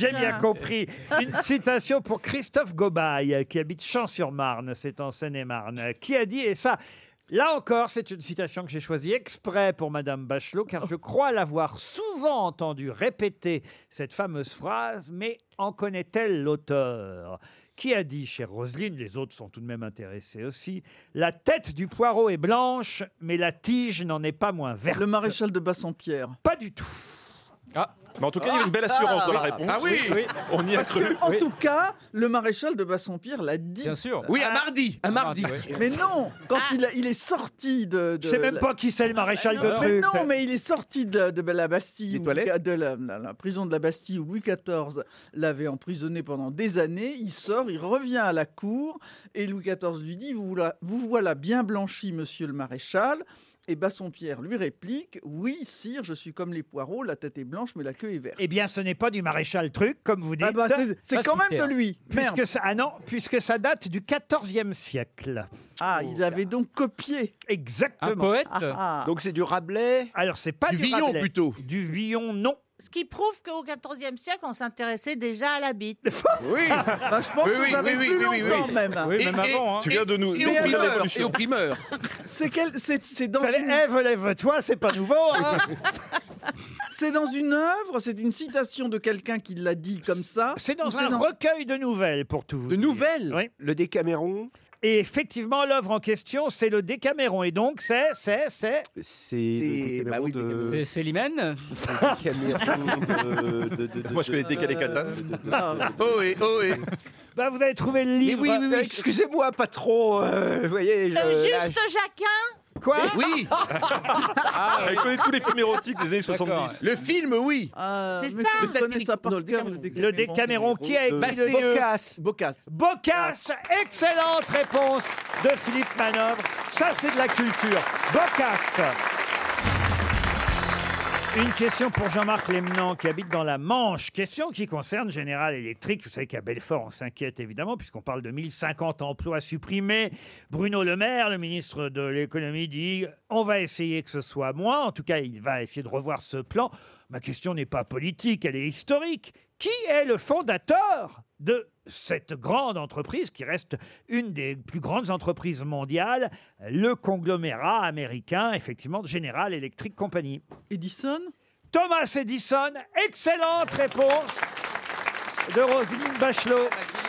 J'ai bien compris. Une citation pour Christophe Gobaille, qui habite Champs-sur-Marne, c'est en Seine-et-Marne, qui a dit, et ça, là encore, c'est une citation que j'ai choisie exprès pour Madame Bachelot, car je crois l'avoir souvent entendue répéter cette fameuse phrase, mais en connaît-elle l'auteur ? Qui a dit, chère Roselyne, les autres sont tout de même intéressés aussi, la tête du poireau est blanche, mais la tige n'en est pas moins verte. Le maréchal de Bassompierre. Pas du tout. Mais en tout cas, il y a une belle assurance dans la réponse. Ah oui, oui. On y a cru. En tout cas, le maréchal de Bassompierre l'a dit. Bien sûr. Oui, un mardi. Un mardi. Mais non, quand il est sorti de... Je sais même pas qui c'est le maréchal de Mais truc. non, mais il est sorti de la Bastille, Les toilettes de la prison de la Bastille où Louis XIV l'avait emprisonné pendant des années. Il sort, il revient à la cour et Louis XIV lui dit vous voilà bien blanchi, monsieur le maréchal. Et Bassompierre lui réplique « Oui, sire, je suis comme les poireaux, la tête est blanche, mais la queue est verte. » Eh bien, ce n'est pas du maréchal Truc, comme vous dites. Ah bah, c'est quand même de lui. Merde. Puisque ça date du XIVe siècle. Ah, il avait donc copié. Exactement. Un poète. Donc c'est du Rabelais. Alors, c'est pas Du du Villon Rabelais. plutôt. Du Villon, non. Ce qui prouve qu'au XIVe siècle, on s'intéressait déjà à la bite. Oui. Bah, je pense Oui, que oui, ça avait oui, plus oui, oui, longtemps oui. même. Oui, même avant. Hein. Tu viens de nous Et nous au dire primeur. l'évolution. Et au primeur. C'est dans Vous savez, une... Ève, lève-toi, c'est pas nouveau. Hein. C'est dans une œuvre, c'est une citation de quelqu'un qui l'a dit comme ça. C'est dans Ou un recueil de nouvelles, pour tout vous De dire. nouvelles. Oui. Le Décaméron. Et effectivement, l'œuvre en question, c'est le Décaméron. Et donc, c'est... C'est bah oui, C'est Célimène. Moi, je connais Décalé Catane. Oh oui, oh oui. Bah, vous avez trouvé le Mais livre. oui, oui, oui. Excusez-moi, patron. Vous voyez. Juste Jacquin. Quoi Oui. Elle connaît tous les films érotiques des années 70. Le film, oui. C'est mais ça. je connais ça par Non, le cœur, Décaméron. Le Décaméron, qui a écrit Bah, le... c'est Boccace. Boccace, excellente réponse de Philippe Manœuvre. Ça, c'est de la culture. Boccace. Une question pour Jean-Marc Lemnan qui habite dans la Manche. Question qui concerne General Electric. Vous savez qu'à Belfort, on s'inquiète évidemment puisqu'on parle de 1050 emplois supprimés. Bruno Le Maire, le ministre de l'économie, dit on va essayer que ce soit moins. En tout cas, il va essayer de revoir ce plan. Ma question n'est pas politique, elle est historique. Qui est le fondateur de cette grande entreprise qui reste une des plus grandes entreprises mondiales, le conglomérat américain, effectivement, General Electric Company? Edison. Thomas Edison, excellente réponse de Roselyne Bachelot.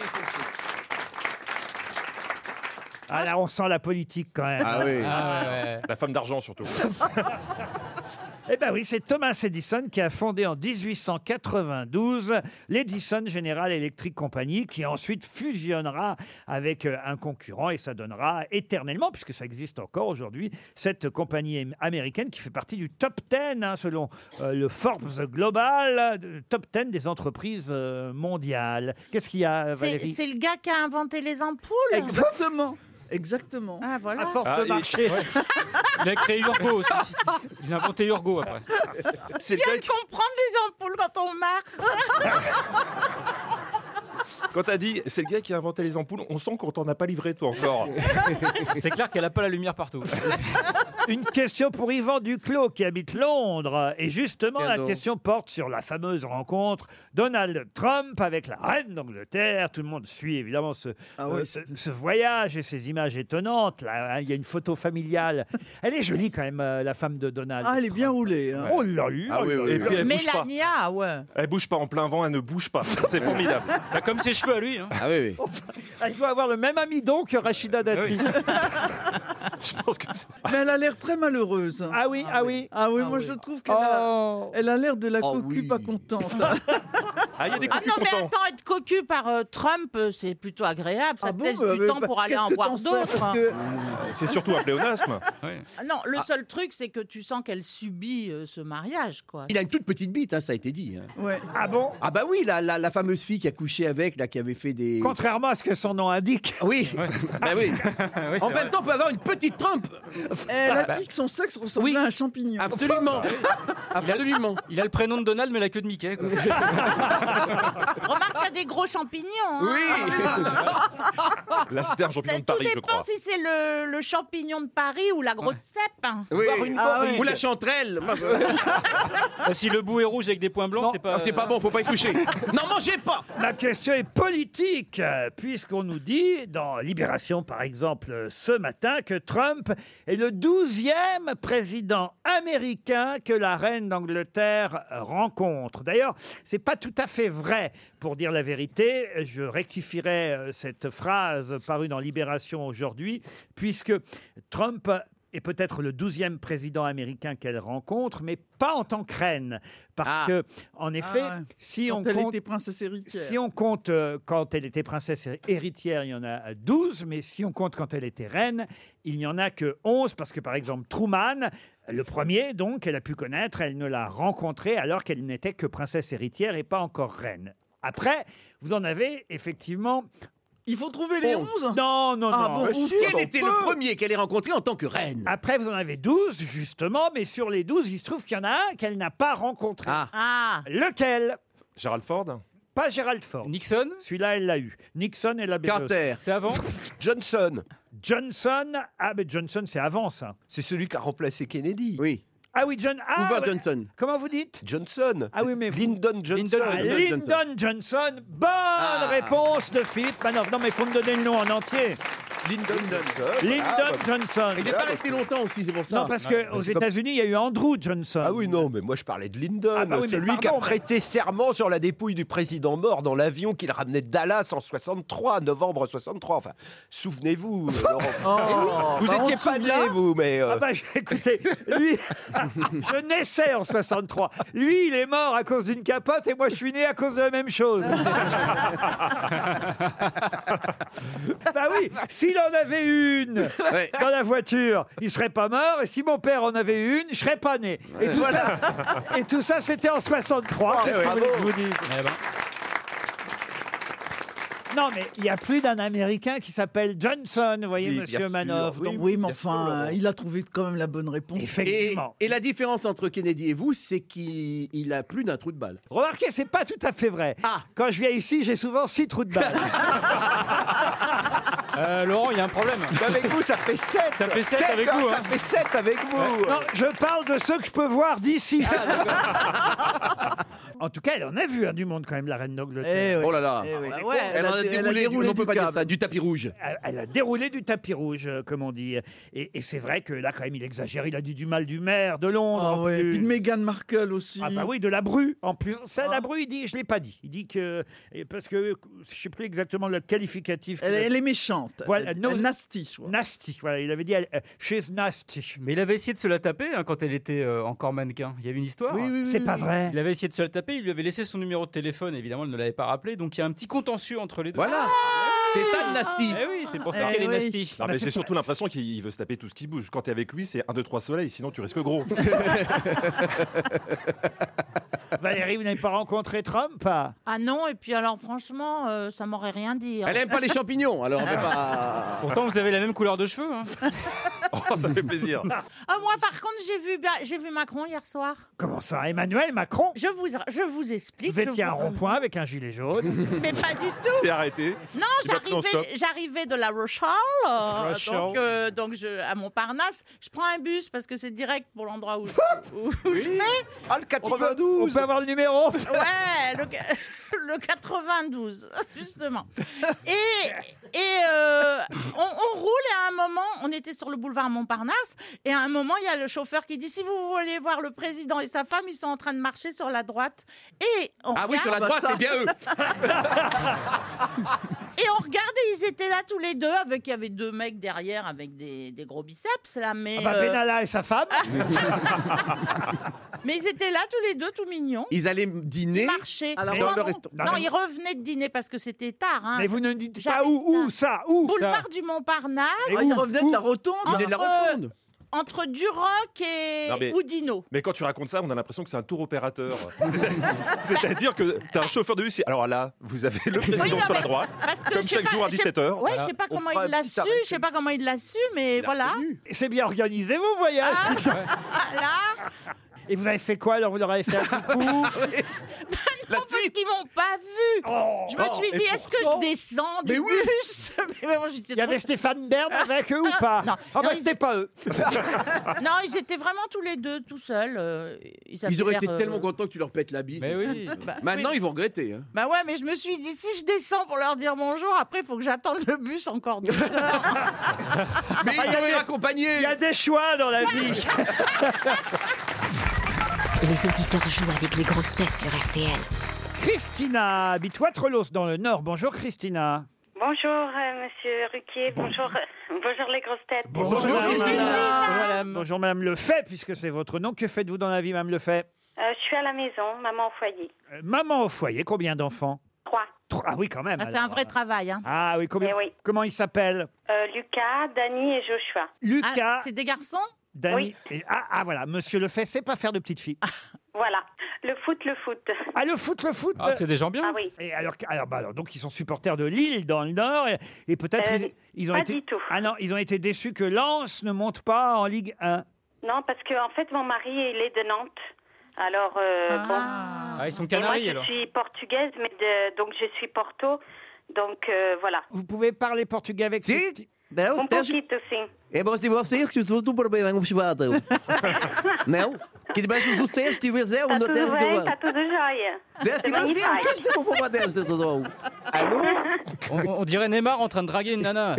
Ah là, on sent la politique quand même. Ah oui. La femme d'argent, surtout. Eh bien oui, c'est Thomas Edison qui a fondé en 1892 l'Edison General Electric Company, qui ensuite fusionnera avec un concurrent et ça donnera éternellement, puisque ça existe encore aujourd'hui, cette compagnie américaine qui fait partie du top 10, hein, selon le Forbes Global, top 10 des entreprises mondiales. Qu'est-ce qu'il y a, Valérie? C'est le gars qui a inventé les ampoules. Exactement. Exactement. Ah, voilà. À force de marcher. Il a créé Urgo aussi. Il a inventé Urgo après. C'est Viens le de gars qui... comprendre les ampoules quand on marche. Quand t'as dit c'est le gars qui a inventé les ampoules, on sent qu'on t'en a pas livré toi encore. C'est clair qu'elle n'a pas la lumière partout. Une question pour Yvan Duclos qui habite Londres. Et justement, Tiens la donc. question porte sur la fameuse rencontre Donald Trump avec la reine d'Angleterre. Tout le monde suit évidemment ce voyage et ces images étonnantes. Là, hein, il y a une photo familiale. Elle est jolie quand même, la femme de Donald. Ah, elle est bien roulée. Hein. Oh là là. Ah oui, oui, Et puis elle bouge pas. Mélania, ouais. Elle bouge pas en plein vent, elle ne bouge pas. C'est formidable. Bah, comme ses cheveux à lui. Hein. Ah oui, oui. Elle doit avoir le même amidon que Rachida Dati. Je pense que c'est... Mais elle a l'air très malheureuse. Ah oui, ah oui. Ah oui, moi je trouve qu'elle Oh. elle a l'air de la Oh cocu oui. pas contente. Ah, il y a des Ah cocus non, mais contents. attends, être cocu par Trump, c'est plutôt agréable. Ça Ah te bon, laisse bah, du temps bah, pour aller qu'est-ce en que boire t'en sais, d'autres. parce que- C'est surtout un pléonasme. Ah non, le seul truc, c'est que tu sens qu'elle subit ce mariage, quoi. Il a une toute petite bite, hein, ça a été dit. hein. Ouais. Ah bon? Ah bah oui, la fameuse fille qui a couché avec, là, qui avait fait des... Contrairement à ce que son nom indique. Oui, bah oui. Oui, c'est En vrai. même temps, on peut avoir une petite oui, Trump. Elle a dit que son sexe ressemblait à un champignon. Absolument. Absolument. Il a le prénom de Donald, mais la queue de Mickey. Quoi. Remarque qu'il y a des gros champignons. Hein. Là, c'était un champignon de Paris, Tout je dépend crois. si c'est le champignon de Paris ou la grosse cèpe. Oui. oui. Ou la chanterelle. Si le bout est rouge avec des points blancs, c'est pas. C'est pas bon, faut pas y toucher. N'en mangez pas. La question est politique, puisqu'on nous dit, dans Libération par exemple, ce matin, que Trump est le 12e président américain que la reine d'Angleterre rencontre. D'ailleurs, c'est pas tout à fait vrai, pour dire la vérité. Je rectifierai cette phrase parue dans Libération aujourd'hui, puisque Trump est peut-être le 12e président américain qu'elle rencontre, mais pas en tant que reine. Parce que, en effet, si quand on elle compte... était princesse héritière. Si on compte quand elle était princesse héritière, il y en a 12, mais si on compte quand elle était reine, il n'y en a que 11, parce que par exemple Truman, le premier donc, elle a pu connaître, elle ne l'a rencontré alors qu'elle n'était que princesse héritière et pas encore reine. Après, vous en avez effectivement... Il faut trouver les 11. Non, non, non. bon, Quel était le premier qu'elle ait rencontré en tant que reine? Après, vous en avez 12, justement, mais sur les 12, il se trouve qu'il y en a un qu'elle n'a pas rencontré. Lequel? Gérald Ford? Pas Gérald Ford. Nixon? Celui-là, elle l'a eu. Nixon, elle l'a bien. Carter. C'est avant? Johnson. Johnson. Ah, mais Johnson, c'est avant ça. C'est celui qui a remplacé Kennedy. Oui. Ah oui, Hoover Johnson. Comment vous dites? Johnson. Ah oui, mais Lyndon Johnson. Lyndon Johnson. Bonne réponse de Philippe. Bah non, mais il faut me donner le nom en entier. Lyndon Johnson. Il n'est pas resté longtemps aussi, c'est pour ça. Non, parce qu'aux États-Unis, il y a eu Andrew Johnson. Ah oui, non, mais moi je parlais de Lyndon, Ah bah oui, mais celui qui a pardon, prêté serment sur la dépouille du président mort dans l'avion qu'il ramenait de Dallas en 63, novembre 63. Enfin, souvenez-vous, Laurent. Vous étiez pas né, vous, mais... Ah bah écoutez, lui, je naissais en 63. Lui, il est mort à cause d'une capote et moi, je suis né à cause de la même chose. Bah oui, s'il en avait une dans la voiture, il serait pas mort. Et si mon père en avait une, je serais pas né. Et tout ça, c'était en 63. Qu'est-ce que vous voulez que je vous dise ? Non, mais il y a plus d'un Américain qui s'appelle Johnson, vous voyez, monsieur Manoff. Oui, mais enfin, il a trouvé quand même la bonne réponse. Effectivement. Et la différence entre Kennedy et vous, c'est qu'il a plus d'un trou de balle. Remarquez, c'est pas tout à fait vrai. Quand je viens ici, j'ai souvent 6 trous de balle. Laurent, il y a un problème. Avec vous, ça fait 7. Ça fait 7 avec vous. Ça fait 7 avec vous. Non, je parle de ceux que je peux voir d'ici. En tout cas, elle en a vu du monde quand même, la reine d'Angleterre. Oh là là. Elle en a déroulé, on peut pas dire ça, du tapis rouge. Elle a déroulé du tapis rouge, comme on dit. Et c'est vrai que là, quand même, il exagère. Il a dit du mal du maire de Londres. Ah ouais, et puis de Meghan Markle aussi. Ah bah oui, de la Bru. En plus, ça, la Bru, il dit, je l'ai pas dit. Il dit que parce que je sais plus exactement le qualificatif. Elle est méchante. Voilà, nasty, je crois. Nasty. Voilà, il avait dit, she's nasty. Mais il avait essayé de se la taper quand elle était encore mannequin. Il y avait une histoire. C'est pas vrai. Il avait essayé de se la taper. Il lui avait laissé son numéro de téléphone. Évidemment, elle ne l'avait pas rappelé. Donc il y a un petit contentieux entre les deux. Voilà. C'est ça le nasty. Eh oui, c'est pour ça qu'elle est nasty. Non, mais j'ai surtout l'impression qu'il veut se taper tout ce qui bouge. Quand t'es avec lui, c'est 1, 2, 3 soleil, sinon tu risques gros. Valérie, vous n'avez pas rencontré Trump? Ah non, et puis alors franchement, ça m'aurait rien dit. Elle aime pas les champignons, alors on peut pas... Pourtant, vous avez la même couleur de cheveux. Hein. Oh, ça fait plaisir. Ah, moi, par contre, j'ai vu Macron hier soir. Comment ça, Emmanuel Macron? Je vous explique. Vous étiez à un rond-point avec un gilet jaune. Mais pas du tout. C'est arrêté. Non, j'arrivais de La Rochelle, donc à Montparnasse. Je prends un bus parce que c'est direct pour l'endroit où je vais. Ah, le 92. On peut avoir le numéro? Ouais, le 92, justement. Et on roule et à un moment, on était sur le boulevard Montparnasse et à un moment, il y a le chauffeur qui dit si vous voulez voir le président et sa femme, ils sont en train de marcher sur la droite. Et on oui, sur la droite, c'est bien eux. Et on regardait, ils étaient là tous les deux, il y avait 2 mecs derrière avec des gros biceps là, mais Benalla et sa femme. mais ils étaient là tous les deux, tout mignons. Ils allaient dîner. Ils marchaient. Alors, non, ils revenaient de dîner parce que c'était tard. Hein. Mais vous ne dites pas où ça, où Boulevard du Montparnasse. Ils revenaient de la rotonde. Ils venaient de la rotonde. Entre Duroc et Non, mais- Oudinot. Mais quand tu racontes ça, on a l'impression que c'est un tour opérateur. C'est-à-dire que tu as un chauffeur de bus. Alors là, vous avez le président Oui, non, sur la mais droite, parce que comme je sais chaque pas- jour à je sais- 17h. Ouais, je sais pas comment il l'a su, je sais pas comment il l'a su, mais voilà. C'est bien organisé vos voyages. Là, Et vous avez fait quoi alors? Vous leur avez fait un coucou? non, parce qu'ils m'ont pas vu. Je me suis dit, est-ce que je descends du bus? Mais bon, j'étais Il y avait trop- Stéphane Bern avec eux ou pas? Non. Ah bah Non, c'était pas eux. Non, ils étaient vraiment tous les deux, tout seuls. Ils auraient été l'air, tellement contents que tu leur pètes la bise. Mais oui. Maintenant, oui. ils vont regretter. Hein. Bah ouais, mais je me suis dit, si je descends pour leur dire bonjour, après, il faut que j'attende le bus encore 2 heures. Mais Ah, ils il y a doivent des- accompagner. Il y a des choix dans la vie. Les auditeurs jouent avec les grosses têtes sur RTL. Christina habite Wattrelos dans le Nord. Bonjour Christina. Bonjour, monsieur Ruquier. Bonjour, bonjour les grosses têtes. Bonjour madame. Bonjour madame Lefay, puisque c'est votre nom. Que faites-vous dans la vie, madame Lefay? Je suis à la maison, maman au foyer. Maman au foyer, combien d'enfants? 3. Ah oui, quand même. Ah, c'est un vrai travail. Hein. Ah oui, Eh oui. comment ils s'appellent? Lucas, Dany et Joshua. Lucas, Ah, c'est des garçons? Dany. Oui. Et- ah voilà, monsieur Lefay sait pas faire de petites filles. Voilà. Le foot. Ah le foot. Ah, c'est des gens bien. Ah oui. Et alors, donc ils sont supporters de Lille dans le Nord et peut-être ils ont pas été du tout. ah non ils ont été déçus que Lens ne monte pas en Ligue 1. Non, parce que en fait, mon mari, il est de Nantes. Alors, bon. Ah, ils sont Et moi, canaries je alors. suis portugaise, mais donc je suis Porto. Donc, voilà. Vous pouvez parler portugais avec Si. Não, Um pouquinho, sim. é bom se vocês que estou tudo bem, vamos chamar. Não? Que debaixo dos textos que fizer Tá no tudo texto bem, do. tá tudo jóia. Deste Também você, vai. o que é que tem para deste tudo? Allô? On dirait Neymar en train de draguer une nana.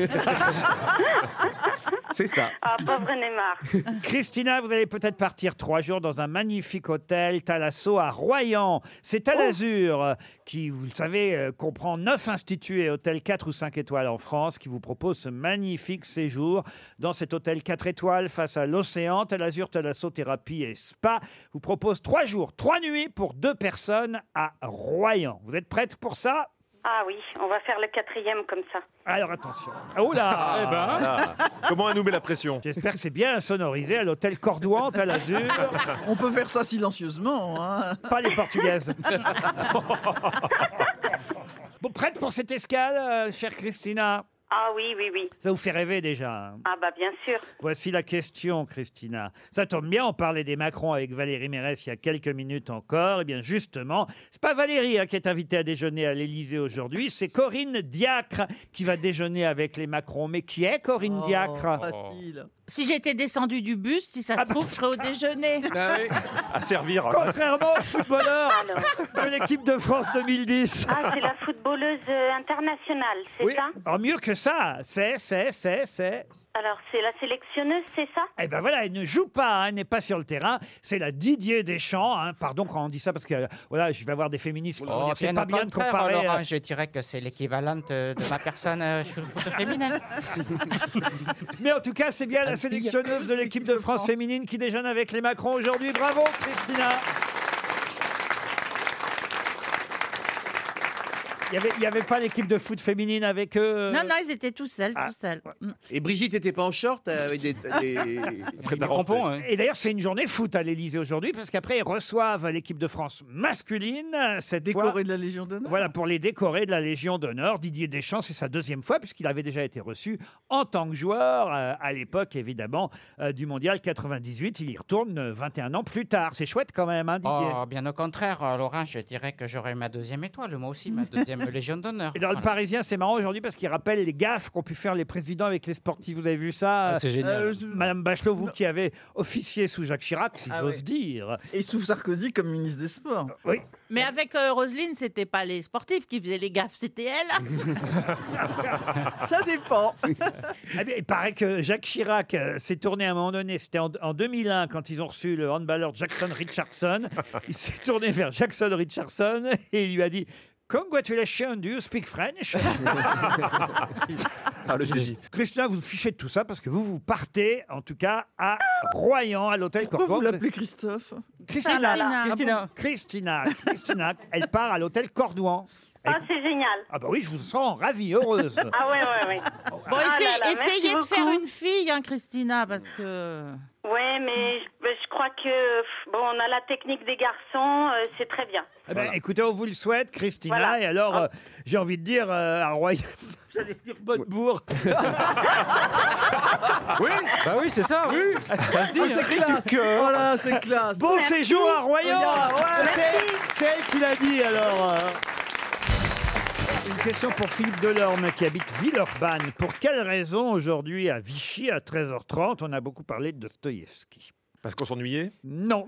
C'est ça. Ah, pauvre Neymar. Christina, vous allez peut-être partir 3 jours dans un magnifique hôtel Thalasso à Royan. C'est à l'Azur qui, vous le savez, comprend 9 instituts et hôtels 4 ou 5 étoiles en France qui vous propose ce magnifique séjour dans cet hôtel 4 étoiles face à l'océan. Thalasso Thérapie et Spa vous propose 3 jours, 3 nuits pour 2 personnes à Royan. Vous êtes prête pour ça? Ah oui, on va faire le 4e comme ça. Alors attention. Oh là Eh ben. Voilà. Comment elle nous met la pression? J'espère que c'est bien sonorisé à l'hôtel Cordouan à l'Azur. On peut faire ça silencieusement. Hein. Pas les portugaises. Bon, prête pour cette escale, chère Christina? Ah oui, oui, oui. Ça vous fait rêver déjà. Ah bah bien sûr. Voici la question, Christina. Ça tombe bien, on parlait des Macron avec Valérie Mérès il y a quelques minutes encore. Eh bien, justement, c'est pas Valérie qui est invitée à déjeuner à l'Élysée aujourd'hui, c'est Corinne Diacre qui va déjeuner avec les Macron. Mais qui est Corinne Diacre? Facile. Si j'étais descendu du bus, si ça se trouve, je serais au déjeuner. À servir. Contrairement au footballeur de l'équipe de France 2010. Ah, c'est la footballeuse internationale, c'est Oui, ça? alors mieux que ça, c'est. Alors, c'est la sélectionneuse, c'est ça? Eh ben voilà, elle ne joue pas, hein, elle n'est pas sur le terrain. C'est la Didier Deschamps. Hein. Pardon quand on dit ça parce que voilà, je vais avoir des féministes qui vont dire c'est pas bien de comparer. Laurent, je dirais que c'est l'équivalente de ma personne sur le foot féminin. Mais en tout cas, c'est bien la sélectionneuse de l'équipe de France féminine qui déjeune avec les Macron aujourd'hui. Bravo, Christina. Il n'y avait pas l'équipe de foot féminine avec eux? Non, non, ils étaient tous seuls, Ah. tous seuls. Et Brigitte n'était pas en short avec des crampons, hein. Et d'ailleurs, c'est une journée foot à l'Élysée aujourd'hui, parce qu'après, ils reçoivent l'équipe de France masculine. Cette Décoré fois, de la Légion d'honneur. voilà, pour les décorer de la Légion d'honneur. Didier Deschamps, c'est sa 2e fois, puisqu'il avait déjà été reçu en tant que joueur, à l'époque, évidemment, du Mondial 98. Il y retourne 21 ans plus tard. C'est chouette quand même, hein, Didier? Oh, bien au contraire, Laurent, je dirais que j'aurai ma 2e étoile, moi aussi, ma 2e Légion d'honneur. Et dans le Voilà. Parisien, c'est marrant aujourd'hui parce qu'il rappelle les gaffes qu'ont pu faire les présidents avec les sportifs. Vous avez vu ça? Ah, c'est génial. Madame Bachelot, vous qui avez officié sous Jacques Chirac, si Ah j'ose ouais. dire. Et sous Sarkozy comme ministre des Sports. Oui. Mais avec Roselyne, c'était pas les sportifs qui faisaient les gaffes, c'était elle. Ça dépend. Eh bien, il paraît que Jacques Chirac s'est tourné à un moment donné, c'était en 2001, quand ils ont reçu le handballeur Jackson Richardson. Il s'est tourné vers Jackson Richardson et il lui a dit Congratulations, do you speak French? Ah, le génie. Christina, vous fichez de tout ça parce que vous partez, en tout cas, à Royan, à l'hôtel Pourquoi Cordouan. vous l'appelez Christophe? Christina. Christina. Christina, elle part à l'hôtel Cordouan. Ah, c'est génial. Ah bah oui, je vous sens ravie, heureuse. Ah ouais. Bon, Ah là là, essayez de merci faire beaucoup. une fille, hein, Christina, parce que... Ouais, mais je crois que bon, on a la technique des garçons, c'est très bien. Eh ben, écoutez, on vous le souhaite, Christina. Voilà. Et alors, j'ai envie de dire à Royan... J'allais dire bonne bourre. Oui, bah oui, c'est ça, oui. Ça se dit. C'est classe. Voilà, c'est classe. Bon séjour à Royan. Regarde, C'est elle qui l'a dit, alors. Une question pour Philippe Delorme qui habite Villeurbanne. Pour quelle raison aujourd'hui à Vichy à 13h30 on a beaucoup parlé de Dostoïevski? Parce qu'on s'ennuyait? Non.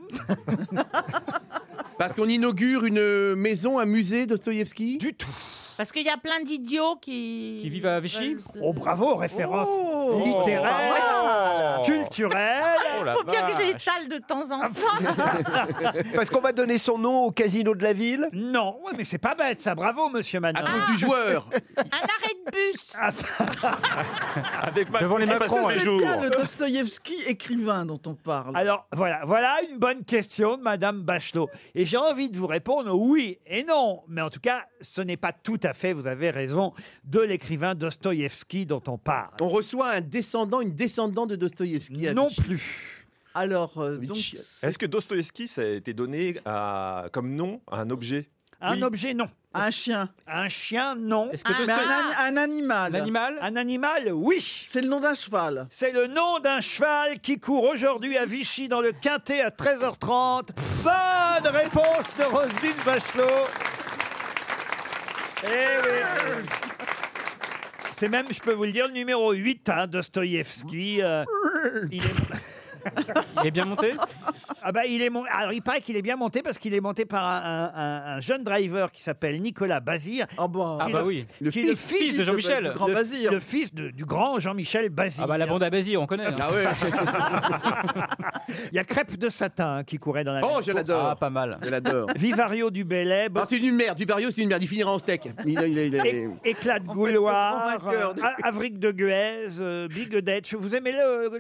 Parce qu'on inaugure une maison, un musée Dostoïevski? Du tout. Parce qu'il y a plein d'idiots qui vivent à Vichy. Oh bravo, référence littéraire, culturelle. Faut bien que je l'étale de temps en temps. Parce qu'on va donner son nom au casino de la ville? Non, ouais, mais c'est pas bête ça, bravo monsieur Manon. À cause du joueur. Un arrêt de bus. Avec ma Devant les Est-ce Macron, que un c'est jour. bien le Dostoïevski écrivain dont on parle? Alors voilà une bonne question de Madame Bachelot. Et j'ai envie de vous répondre oui et non. Mais en tout cas, ce n'est pas tout à fait, vous avez raison, de l'écrivain Dostoïevski dont on parle. On reçoit un descendant, une descendante de Dostoïevski. Non plus. Alors, donc, Est-ce que Dostoïevski, ça a été donné comme nom à un objet? Un objet, non. un chien. Un chien, non. Est-ce que Mais un animal. Un animal Un animal, oui. C'est le nom d'un cheval. C'est le nom d'un cheval qui court aujourd'hui à Vichy dans le Quintet à 13h30. Bonne réponse de Roselyne Bachelot. Eh oui. C'est même, je peux vous le dire, le numéro 8, hein, Dostoïevski. Il est bien monté? Ah bah, alors, il paraît qu'il est bien monté parce qu'il est monté par un jeune driver qui s'appelle Nicolas Bazir. Ah bah oui. Le fils de Jean-Michel. Grand Bazir. Le fils du grand Jean-Michel Bazir. Ah bah la bande à Bazir, on connaît. Ah ouais. Il y a Crêpe de Satin qui courait dans la Oh, même je course. l'adore. Ah, pas mal. Je l'adore. Vivario du Bellay. Ah, c'est une merde. Vivario, c'est une merde. Il finira en steak. Éclat de Gouloir, Avric de Guez, Big Detch. Vous aimez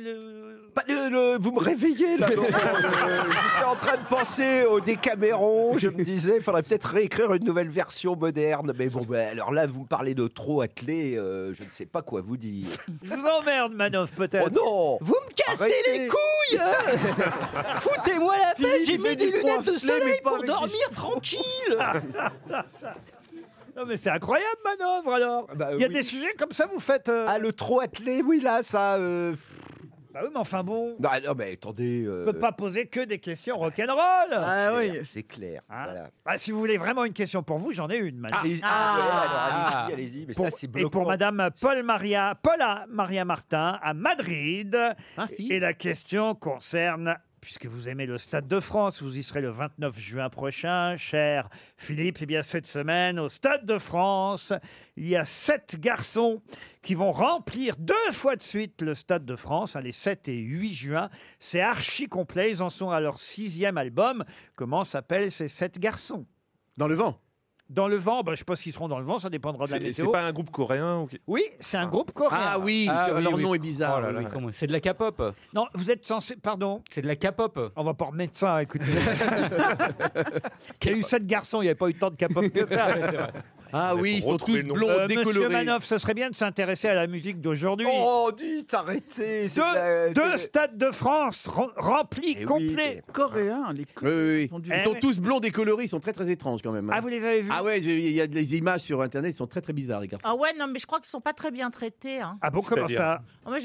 Vous me réveillez là. Laurent. J'étais en train de penser au Décaméron. Je me disais, il faudrait peut-être réécrire une nouvelle version moderne. Mais bon, alors là, vous me parlez de trop attelé. Je ne sais pas quoi vous dire. Je vous emmerde, Manoff, peut-être. Oh non. Vous me cassez les couilles. Foutez-moi la paix. J'ai mis des lunettes de soleil pour dormir tranquille. Non mais c'est incroyable, Manœuvre, alors. Il y a oui. des sujets comme ça, vous faites... Ah, le trop attelé, oui, là, ça... Bah oui, mais enfin bon... Non, mais attendez... On ne peut pas poser que des questions rock'n'roll. Ah oui. C'est clair. Hein Voilà. Ah, si vous voulez vraiment une question pour vous, j'en ai une, madame. Ouais, alors allez-y. Mais Pour- ça, c'est et bloquant. pour madame Paula Maria Martin à Madrid. Et la question concerne, puisque vous aimez le Stade de France, vous y serez le 29 juin prochain, cher Philippe, eh bien cette semaine, au Stade de France, il y a 7 garçons qui vont remplir 2 fois de suite le Stade de France, hein, les 7 et 8 juin. C'est archi complet, ils en sont à leur 6e album. Comment s'appellent ces 7 garçons? Dans le vent. Dans le vent, bah, je ne sais pas s'ils seront dans le vent, ça dépendra de la C'est météo. pas un groupe coréen ou... Oui, c'est un groupe coréen. Ah oui, leur nom est bizarre. Oh là là, oui. comment- C'est de la K-pop. Non, vous êtes censé... Pardon. C'est de la K-pop. On va pas remettre ça, écoutez. Il y a eu 7 garçons, il n'y avait pas eu tant de K-pop que faire. Ah oui, ils sont tous blonds, Monsieur décolorés. Manoff, ce serait bien de s'intéresser à la musique d'aujourd'hui. Oh, dites, arrêtez. Deux stades de France remplis, Eh oui, complets. Coréens, les Oui, oui. Ils sont Eh, tous blonds décolorés, ils sont très très étranges quand même. Ah, vous les avez vus? Ah ouais, il y a des images sur internet, ils sont très très bizarres les garçons. Ah ouais, non, mais je crois qu'ils sont pas très bien traités. Hein. Ah bon, comment ça? Moi,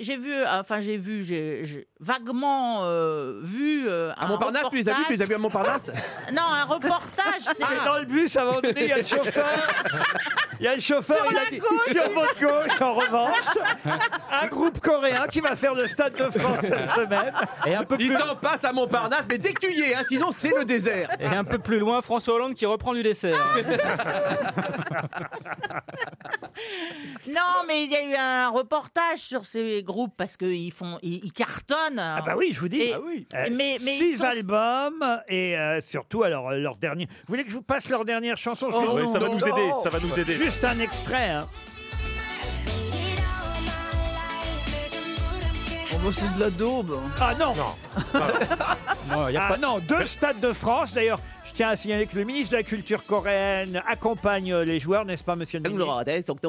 j'ai vaguement vu. À Montparnasse, tu les as vus? Tu les as vus à Montparnasse? Non, un reportage. C'est Dans le bus, à un moment donné, il y a le chauffeur. Il y a le chauffeur, Sur il a la dit, gauche. sur votre gauche, en revanche, un groupe coréen qui va faire le Stade de France cette semaine. Et un peu plus, Ils en passent à Montparnasse, mais dès que tu y es, hein, sinon c'est le désert. et un peu plus loin, François Hollande qui reprend du dessert. Non, mais il y a eu un reportage sur ces groupes parce qu'ils cartonnent. Ah bah oui, je vous dis. Et- Ah oui. mais 6 ils sont- albums et surtout alors leur dernier. Vous voulez que je vous passe leur dernière chanson? Oh, Ouais, non, ça va non, nous aider, non. ça va nous aider. Juste un extrait. Hein. C'est de la daube. Ah non. Non, y a pas... non, 2 stades de France. D'ailleurs, je tiens à signaler que le ministre de la Culture coréenne accompagne les joueurs, n'est-ce pas, monsieur le ministre?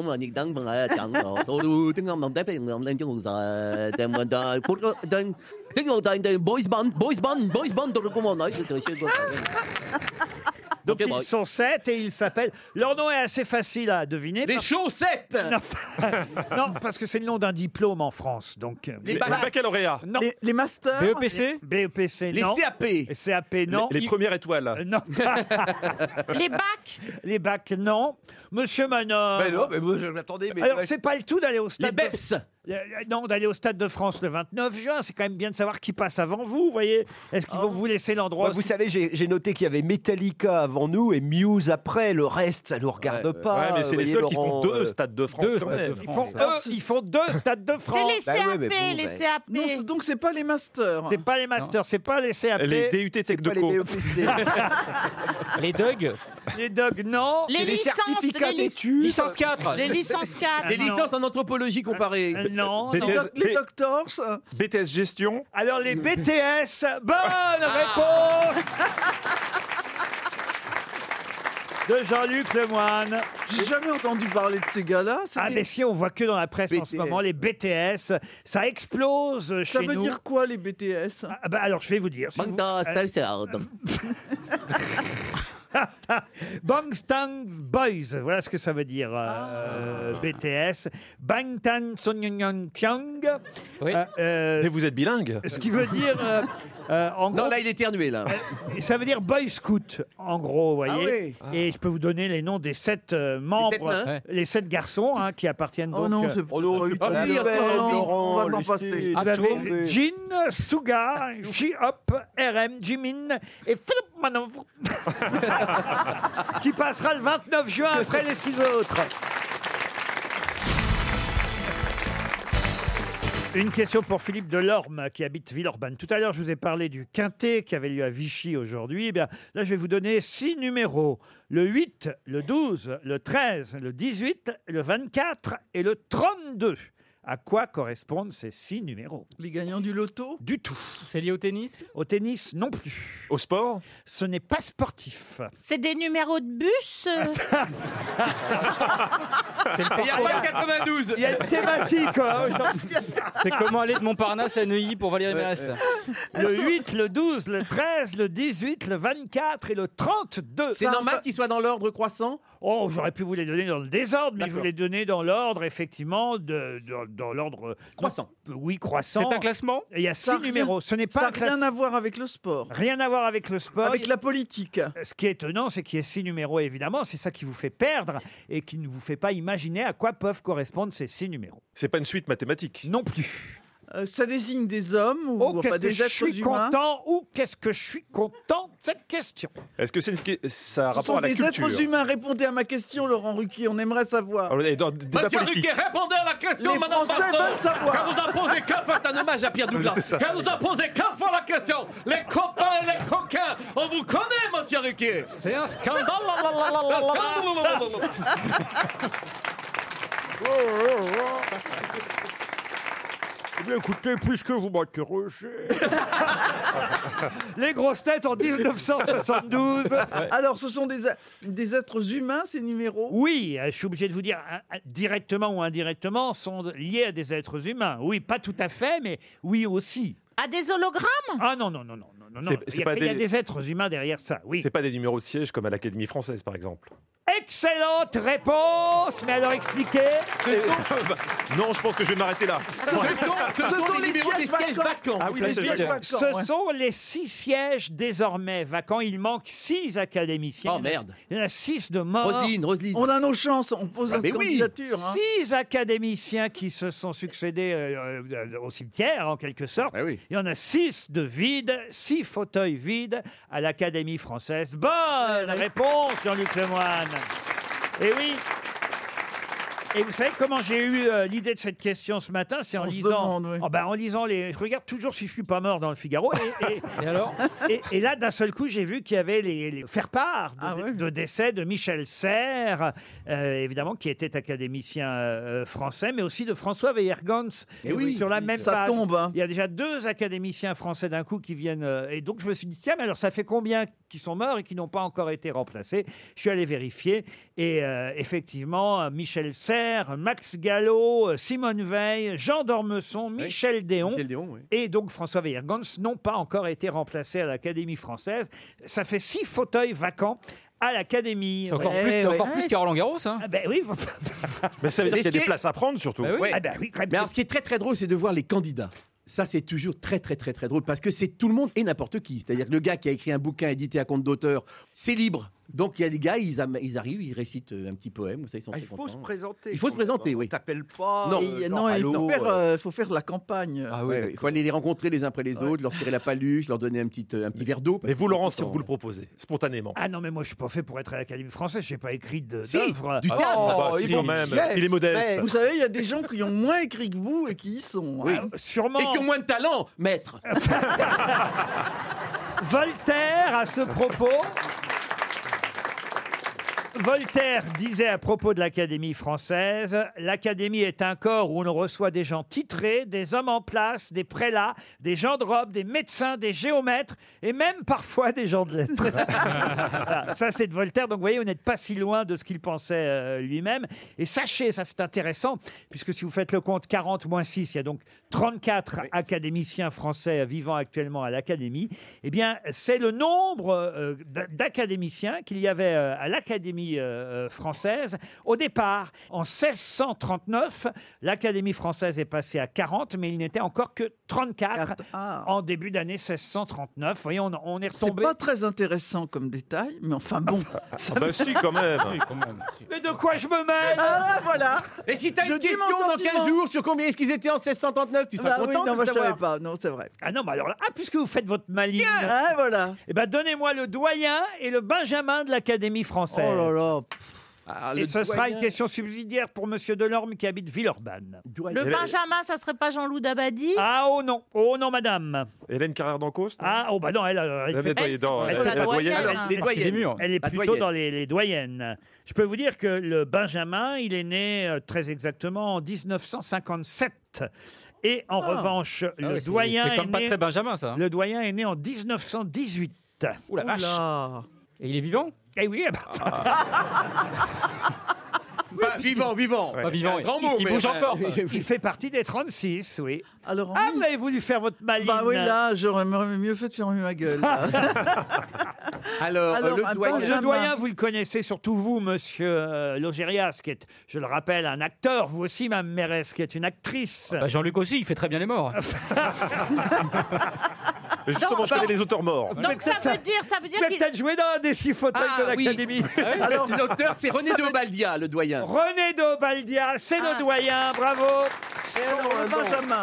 Donc ils sont 7 et ils s'appellent... Leur nom est assez facile à deviner. Les chaussettes. Non, parce que c'est le nom d'un diplôme en France. Donc... Les baccalauréats. Non. Les masters. BEPC. BEPC, Les non. CAP. Les CAP, non. Les premières étoiles. Non. Les bacs. Les bacs, non. Monsieur Manon. Mais non, mais moi je m'attendais. Mais Alors, c'est pas le tout d'aller au stade. Les BEPS. Non, d'aller au Stade de France le 29 juin. C'est quand même bien de savoir qui passe avant vous, vous voyez. Est-ce qu'ils vont vous laisser l'endroit? Vous savez, j'ai noté qu'il y avait Metallica avant nous et Muse après. Le reste, ça nous regarde pas. Ouais, mais c'est les seuls qui font 2 stades de France. Quand même. Ils font 2 stades de France. C'est les CAP, les CAP. Non, donc c'est pas les masters. C'est pas les masters, c'est pas les CAP. Les DUT Techdeco. Les DUG. Les DUG, non. Les licences, certificats d'études. Licence 4. Les licences 4. Les licences en anthropologie comparée. Non. Les doctors. BTS Gestion. Alors les BTS, bonne réponse de Jean-Luc Lemoyne. J'ai jamais entendu parler de ces gars-là. Ah mais si, on voit que dans la presse en ce moment, les BTS, ça explose chez nous. Ça veut dire quoi les BTS? Alors je vais vous dire. Bangtan Boys, voilà ce que ça veut dire, BTS. Bangtan Sonyeon Kyung. Oui. Mais vous êtes bilingue. Ce qui veut dire, en gros, Non, là, il est éternué, là. ça veut dire Boy Scout, en gros, vous voyez. Ah Et je peux vous donner les noms des 7 membres, les 7 garçons qui appliquent donc. Oh non, c'est Oh non, c'est pas Ah, oui, on va s'en passer. Vous avez Jin, Suga, J-Hop, RM, Jimin et Philip Manov qui passera le 29 juin après les 6 autres. Une question pour Philippe Delorme qui habite Villeurbanne. Tout à l'heure, je vous ai parlé du quintet qui avait lieu à Vichy aujourd'hui. Eh bien, là, je vais vous donner 6 numéros. Le 8, le 12, le 13, le 18, le 24 et le 32. À quoi correspondent ces 6 numéros? Les gagnants du loto? Du tout. C'est lié au tennis? Au tennis, non plus. Au sport? Ce n'est pas sportif. C'est des numéros de bus. Il n'y a pas le 92. Il y a une thématique. C'est comment aller de Montparnasse à Neuilly pour Valérie Mérès. Le 8, le 12, le 13, le 18, le 24 et le 32. C'est normal qu'ils soient dans l'ordre croissant? Oh, j'aurais pu vous les donner dans le désordre, mais je vous les donner dans l'ordre, effectivement, dans l'ordre... Croissant. Oui, croissant. C'est un classement? Et il y a 6 numéros. Ce n'est pas Ça un n'a rien classement. à voir avec le sport. Rien à voir avec le sport. Avec la politique. Ce qui est étonnant, c'est qu'il y ait 6 numéros, évidemment. C'est ça qui vous fait perdre et qui ne vous fait pas imaginer à quoi peuvent correspondre ces 6 numéros. C'est pas une suite mathématique. Non plus. Ça désigne des hommes ou Oh, pas qu'est-ce que des je êtres suis humains? content ou qu'est-ce que je suis content de cette question. Est-ce que ça a Ce rapport sont à la des culture? êtres humains. Répondez à ma question, Laurent Ruquier. On aimerait savoir. Alors, dans débat Monsieur politique. Ruquier, répondez à la question, Les madame Français Bardot. veulent savoir. Qu'elle nous a posé 4 fois, c'est un hommage à Pierre Douglas. C'est ça. Qu'elle nous a posé 4 fois la question. Les copains et les coquins, on vous connaît, monsieur Ruquier. C'est un scandale. Eh bien, écoutez, puisque vous m'interrogez... Les grosses têtes en 1972. Alors, ce sont des êtres humains, ces numéros? Oui, je suis obligé de vous dire, directement ou indirectement, sont liés à des êtres humains. Oui, pas tout à fait, mais oui aussi. À des hologrammes? Ah non, non, non, non, non, non. C'est Il pas y a des- des êtres humains derrière ça, oui. C'est pas des numéros de siège comme à l'Académie française, par exemple. Excellente réponse, mais alors expliquez. Non, je pense que je vais m'arrêter là. Ce sont les numéros des sièges vacants. Ah oui, Les là, c'est sièges vrai. vacants, Ce ouais. sont les 6 sièges désormais vacants. Il manque 6 académiciens. Oh, merde. Il y en a 6 de morts. Roselyne. On a nos chances, on pose la mais oui. candidature. Hein. 6 académiciens qui se sont succédés au cimetière, en quelque sorte. Ah oui. Il y en a 6 de vides, 6 fauteuils vides à l'Académie française. Bonne réponse, Jean-Luc Lemoyne. Et oui. Et vous savez comment j'ai eu l'idée de cette question ce matin? C'est en On se lisant, demande, oui. en lisant les. Je regarde toujours si je suis pas mort dans le Figaro. Et alors Et là, d'un seul coup, j'ai vu qu'il y avait les faire-part de décès de Michel Serres, évidemment, qui était académicien français, mais aussi de François Weiergans. Eh oui, sur la même ça page. tombe, hein. Il y a déjà 2 académiciens français d'un coup qui viennent. Et donc, je me suis dit, tiens, mais alors ça fait combien qui sont morts et qui n'ont pas encore été remplacés? Je suis allé vérifier. Et effectivement, Michel Serres, Max Gallo, Simone Veil, Jean d'Ormesson, Michel Déon, et donc François Weiergans n'ont pas encore été remplacés à l'Académie française. Ça fait 6 fauteuils vacants à l'Académie. C'est encore plus qu'à Roland-Garros, hein. Ah ben oui. Mais ça veut dire qu'il y a des places à prendre, surtout. Ouais. Ah ben oui, quand même. Mais alors, ce qui est très très drôle, c'est de voir les candidats. Ça, c'est toujours très très très très drôle parce que c'est tout le monde et n'importe qui. C'est-à-dire que le gars qui a écrit un bouquin édité à compte d'auteur, c'est libre. Donc il y a des gars, ils arrivent, ils récitent un petit poème. Vous savez, ils sont très Il faut contents. se présenter. Il faut se présenter, oui. T'appelles pas. Non, il faut faire de la campagne. Ah oui, il faut aller les rencontrer les uns après les autres, leur serrer la paluche, leur donner un petit verre d'eau. Mais vous, Laurence, vous le proposez spontanément. Ah non, mais moi, je suis pas fait pour être à l'Académie française. J'ai pas écrit Si, d'œuvre. du théâtre. Quand même. Il est modeste. Vous savez, il y a des gens qui ont moins écrit que vous et qui y sont. Oui. Sûrement. Et qui ont moins de talent, maître. Voltaire, à ce propos. Voltaire disait à propos de l'Académie française, l'Académie est un corps où on reçoit des gens titrés, des hommes en place, des prélats, des gens de robe, des médecins, des géomètres et même parfois des gens de lettres. Voilà, ça c'est de Voltaire, donc vous voyez, vous n'êtes pas si loin de ce qu'il pensait lui-même. Et sachez, ça c'est intéressant, puisque si vous faites le compte 40 moins 6, il y a donc 34 académiciens français vivant actuellement à l'Académie. Eh bien, c'est le nombre d'académiciens qu'il y avait à l'Académie française. Au départ, en 1639, l'Académie française est passée à 40, mais il n'était encore que 34 en début d'année 1639. Vous voyez, on est C'est retombé. pas très intéressant comme détail, mais enfin bon. Ah bah si, quand même. Mais de quoi je me mêle? Ah voilà. Et si t'as Je une dis question mon dans 15 sentiment. jours sur combien est-ce qu'ils étaient en 1639, tu seras Bah oui, content non, de moi je savoir. savais pas. Non, c'est vrai. Ah non, mais alors là, puisque vous faites votre maligne, Ah voilà. eh ben donnez-moi le doyen et le benjamin de l'Académie française. Oh là là. Alors, Et le ce sera doyen- une question subsidiaire pour Monsieur Delorme qui habite Villeurbanne. Le Benjamin, ça serait pas Jean-Loup Dabadi? Ah oh non madame. Hélène Carrère d'Ancos. Ah oh bah non, elle Elle est dans- elle elle la est la doyenne. doyenne. hein. Les doyennes. Elle est La plutôt doyenne. dans les doyennes. Je peux vous dire que le Benjamin, il est né très exactement en 1957. Et en revanche, le doyen c'est comme est pas né. très Benjamin, ça. Le doyen est né en 1918. Ouh la vache. Oula. Et il est vivant? Eh oui, eh ben, Pas vivant. Pas vivant. Un grand mot, Il mais bouge enfin, encore. il fait partie des 36, oui. Alors, Ah, vous avez voulu faire votre maligne. bah oui, là, j'aurais mieux fait de fermer ma gueule. là. Alors, Alors, le un doyen. Benjamin. Le doyen, vous le connaissez, surtout vous, monsieur Logérias, qui est, je le rappelle, un acteur. Vous aussi, Mme Mérès, qui est une actrice. Bah, Jean-Luc aussi, il fait très bien les morts. Et justement, je connais les auteurs morts. Donc ça veut dire Vous avez qu'il... peut-être joué dans un des 6 fauteuils de oui. l'Académie. Alors, l'auteur, c'est René de Baldia, le doyen. René de Baldia, c'est le doyen, bravo. Et alors, le Benjamin.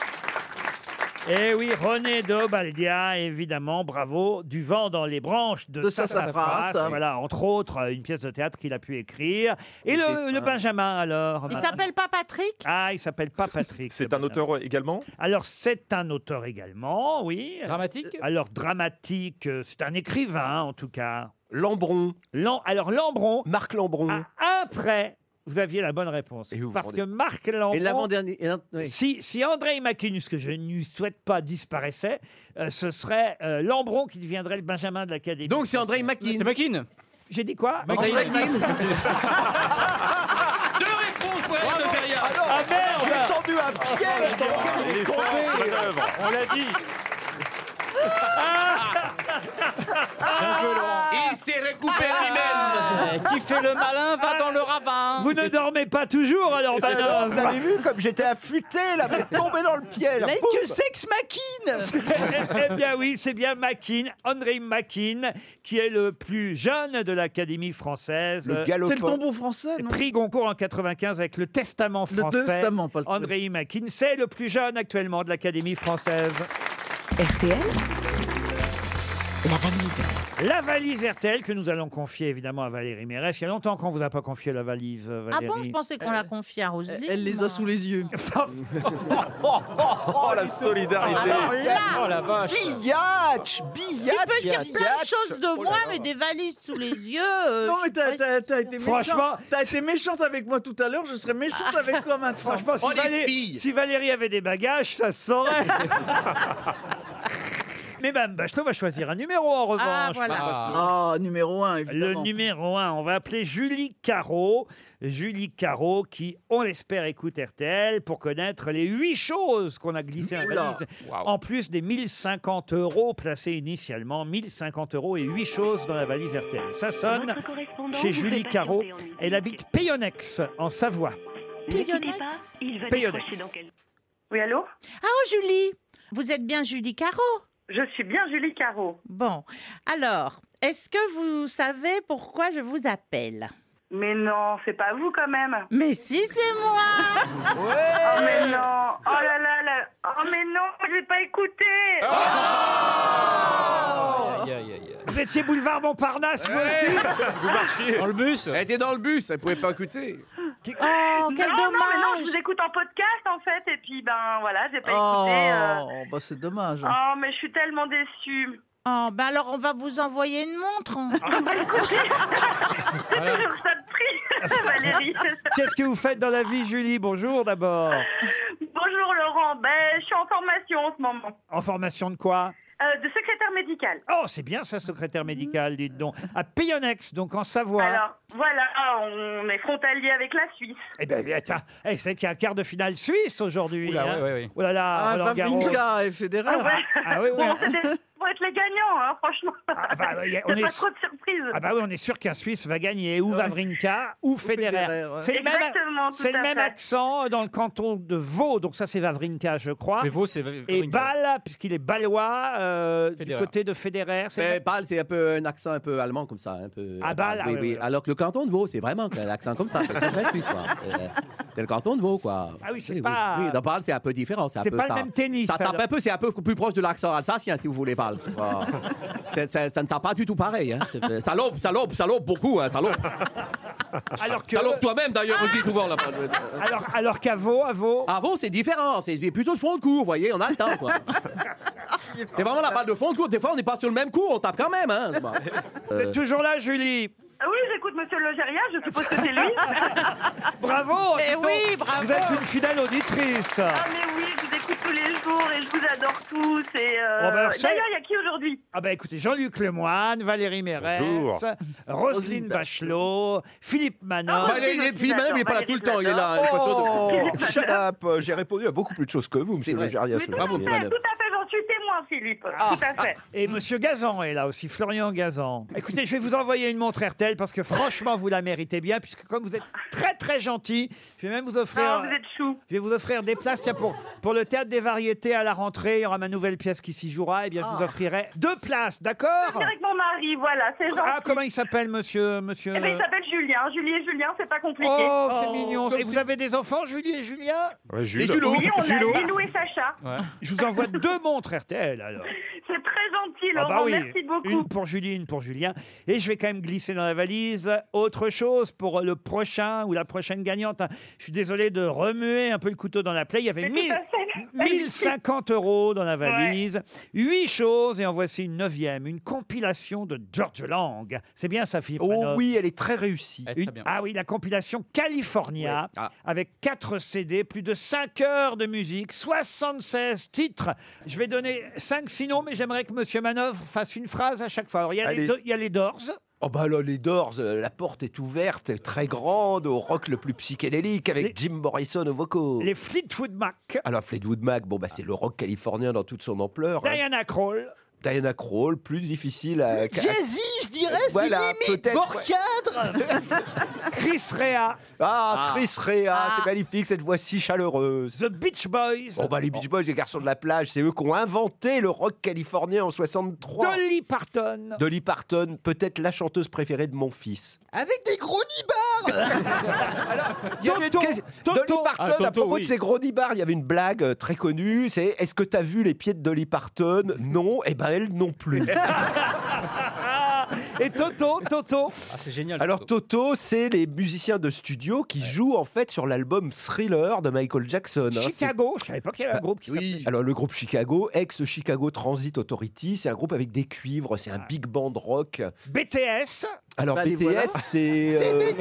Eh oui, René de Baldia, évidemment, bravo, du vent dans les branches de De Sassafras. Voilà, entre autres, une pièce de théâtre qu'il a pu écrire. Et le Benjamin, alors Il s'appelle pas Patrick? Ah, il s'appelle pas Patrick. C'est un auteur également. Alors, c'est un auteur également, oui. Dramatique? Alors, dramatique, c'est un écrivain, en tout cas. Lambron. Alors, Lambron, Marc Lambron. après, vous aviez la bonne réponse. Et vous Parce vous que Marc Lambron... Et l'avant-dernier. Oui. Si André Machinus, que je ne lui souhaite pas, disparaissait, ce serait Lambron qui deviendrait le Benjamin de l'Académie. Donc, c'est André C'est Mackin. Makin. J'ai dit quoi Machin. André Mackin. Deux réponses pour Hélène de Verrières. Ah merde J'ai tendu un piège dans lequel Il il est est fort, tombé. sa manœuvre. On l'a dit. Il s'est récupéré lui-même. Qui fait le malin va dans le ravin. Vous ne dormez pas toujours, alors, Alors, madame. vous avez vu comme j'étais affûté, là, mais tombé dans le piège. Mais que sexe Makin. Eh bien oui, c'est bien Machin, André Machin, qui est le plus jeune de l'Académie française. Le C'est le galopin. tombeau français, non? Prix Goncourt en 95 avec le Testament Le français. Testament, pas le André Machin, c'est le plus jeune actuellement de l'Académie française. RTL, La valise. La valise RTL que nous allons confier évidemment à Valérie Mérès. Il y a longtemps qu'on vous a pas confié la valise, Ah Valérie. bon, je pensais qu'on l'a confié à Roselyne. Elle les a sous les yeux. Oh, la solidarité. Alors là, Oh la vache. Billach, tu peux dire plein de choses de moi, mais des valises sous les yeux. Non, mais t'as été méchante. Franchement- T'as été méchante avec moi tout à l'heure, je serais méchante avec toi maintenant. Franchement, si Valérie avait des bagages, ça se saurait. Mais Mme Bachelot va choisir un numéro en revanche. Ah, voilà. Ah, numéro 1, Le évidemment. numéro 1, on va appeler Julie Caro. Julie Caro qui, on l'espère, écoute RTL pour connaître les 8 choses qu'on a glissées dans la Oula. valise. Waouh. En plus des 1050 € placés initialement. 1050 € et 8 choses dans la valise RTL. Ça sonne chez Julie Caro. Elle habite Payonnex, en Savoie. Payonnex. Oui, allô? Ah, oh, Julie, vous êtes bien Julie Caro? Je suis bien Julie Caro. Bon, alors, est-ce que vous savez pourquoi je vous appelle? Mais non, c'est pas vous quand même. Mais si, c'est moi. Oh mais non. Oh là là là. Oh mais non, je l'ai pas écouté. Aïe, aïe, aïe. Vous étiez boulevard Montparnasse, vous aussi? Vous marchiez. Dans le bus. Elle était dans le bus, elle pouvait pas écouter. Oh, quel non, mais non, dommage. je vous écoute en podcast en fait, et puis ben voilà, j'ai pas Oh, écouté. bah c'est dommage. Oh mais je suis tellement déçue. Oh, ben alors on va vous envoyer une montre. Bah écoutez, c'est toujours ça de prix, Valérie. Qu'est-ce que vous faites dans la vie, Julie? Bonjour d'abord. Bonjour Laurent, ben je suis en formation en ce moment. En formation de quoi? De secrétaire médical. Oh, c'est bien ça, secrétaire médical, dites donc. À Payonnex, donc en Savoie. Alors, voilà, on est frontalier avec la Suisse. Eh bien, tiens, c'est qu'il y a un quart de finale suisse aujourd'hui. Oula, hein. ouais. Oh là là, Ah, Roland Garros. Vavrinka et Federer. Ah ouais. Ah oui, oui. Bon, faut être les gagnants, hein, franchement. Ah bah, Il n'y a on est- pas trop de surprises. Ah bah oui, on est sûr qu'un Suisse va gagner, ou Ouais. Wawrinka, ou Federer. Federer, ouais. C'est le même, Exactement, tout c'est le à même fait. accent dans le canton de Vaud, donc ça c'est Wawrinka, je crois. Mais vous, c'est. Et Bâle, puisqu'il est balois, du Federer. côté de Federer. C'est Mais Bâle, c'est un peu un accent un peu allemand comme ça. Un peu, Ah, Bâle, oui, ah, oui. ouais. Alors que le canton de Vaud, c'est vraiment un accent comme ça. C'est très suisse, quoi. C'est le canton de Vaud, quoi. Ah oui, c'est pas- Oui, dans Bâle, c'est un peu différent. C'est un peu pas le ça. même tennis, Ça tape alors. un peu, c'est un peu plus proche de l'accent alsacien, si vous voulez, Bâle. Voilà. Ça ne tape pas du tout pareil. Hein. Salope, beaucoup, hein, salope. Alors que, Salope toi-même, d'ailleurs, on le dit souvent. Là. alors qu'à Vaud, À Vaud, c'est différent. C'est plutôt de fond de cours, vous voyez, on a le temps, quoi. C'est vraiment la balle de fond de cours. Des fois, on n'est pas sur le même coup, on tape quand même. Hein. vous êtes toujours là, Julie. Ah oui, j'écoute Monsieur Logéria, je suppose que c'est lui. Bravo. Eh dis donc. oui, bravo. Vous êtes une fidèle auditrice. Ah mais oui, je vous écoute tous les jours et je vous adore tous. Et Bon, ben alors, ça- d'ailleurs, il y a qui aujourd'hui? Ah bah écoutez, Jean-Luc Lemoyne, Valérie Mérès, Bonjour. Roselyne Bachelot, Philippe Manon. Bah, Philippe Manon, il n'est pas là tout le temps, il est là. il est pas sûr de- Shut up. J'ai répondu à beaucoup plus de choses que vous, monsieur vrai. Logéria. Mais tout à fait, j'en suis témoin, Philippe. Tout à fait. Et Monsieur Gazan est là aussi, Florian Gazan. Écoutez, je vais vous envoyer une montre RTL parce que franchement, vous la méritez bien, puisque comme vous êtes très très gentil, je vais même vous offrir. Ah, vous êtes chou. Je vais vous offrir des places. Tiens, pour le théâtre des variétés à la rentrée, il y aura ma nouvelle pièce qui s'y jouera. Et bien, je vous offrirai 2 places, d'accord? C'est avec mon mari, voilà, c'est gentil. Ah, comment il s'appelle, monsieur Eh ben, il s'appelle Julien. Julie et Julien, c'est pas compliqué. Oh, c'est mignon. Et vous avez des enfants, Julie et Julien? Ouais, Jules. Oui, on a Lilou et Sacha. Je vous envoie 2 montres RTL, alors. C'est très gentil, Ah Laurent. bah oui, Merci beaucoup. une pour Julie, une pour Julien. Et je vais quand même glisser dans la valise autre chose pour le prochain ou la prochaine gagnante. Je suis désolé de remuer un peu le couteau dans la plaie. Il y avait Mais tout à fait. 1050 € dans la valise. 8 choses et en voici une 9e. Une compilation de George Lang. C'est bien ça, Philippe Oh Manoff. oui, elle est très réussie. Ah oui, la compilation California, Ouais. Ah. avec 4 CD, plus de 5 heures de musique, 76 titres. Je vais donner 5 sinon, mais j'aimerais que Monsieur Manoff fasse une phrase à chaque fois. Alors, il y a Allez. il y a les Doors. Oh bah là, les Doors, la porte est ouverte, très grande, au rock le plus psychédélique, avec Jim Morrison au vocaux. Les Fleetwood Mac. Alors Fleetwood Mac, bon bah c'est le rock californien dans toute son ampleur. hein. Diana Krall. Diana Krall, plus difficile à... Jay-Z, je dirais, Voilà, c'est limite peut-être, Borcadre. Chris Rea. Chris Rea, c'est magnifique, cette voix si chaleureuse. The Beach Boys. Bon bah les Beach Boys, les garçons de la plage, c'est eux qui ont inventé le rock californien en 63. Dolly Parton. Dolly Parton, peut-être la chanteuse préférée de mon fils. Avec des gros nibards Il y avait une question- Dolly Parton, à propos de ses gros nibards, il y avait une blague très connue, c'est est-ce que t'as vu les pieds de Dolly Parton? Non, et ben elle non plus. Et Toto C'est génial. Alors Toto, c'est les musiciens de studio qui jouent en fait sur l'album Thriller de Michael Jackson. Chicago, je savais pas qu'il y avait un groupe qui s'appelait. Alors le groupe Chicago, ex-Chicago Transit Authority, c'est un groupe avec des cuivres, c'est un big band rock. BTS. Alors Bah, les BTS, voilà. c'est... C'est des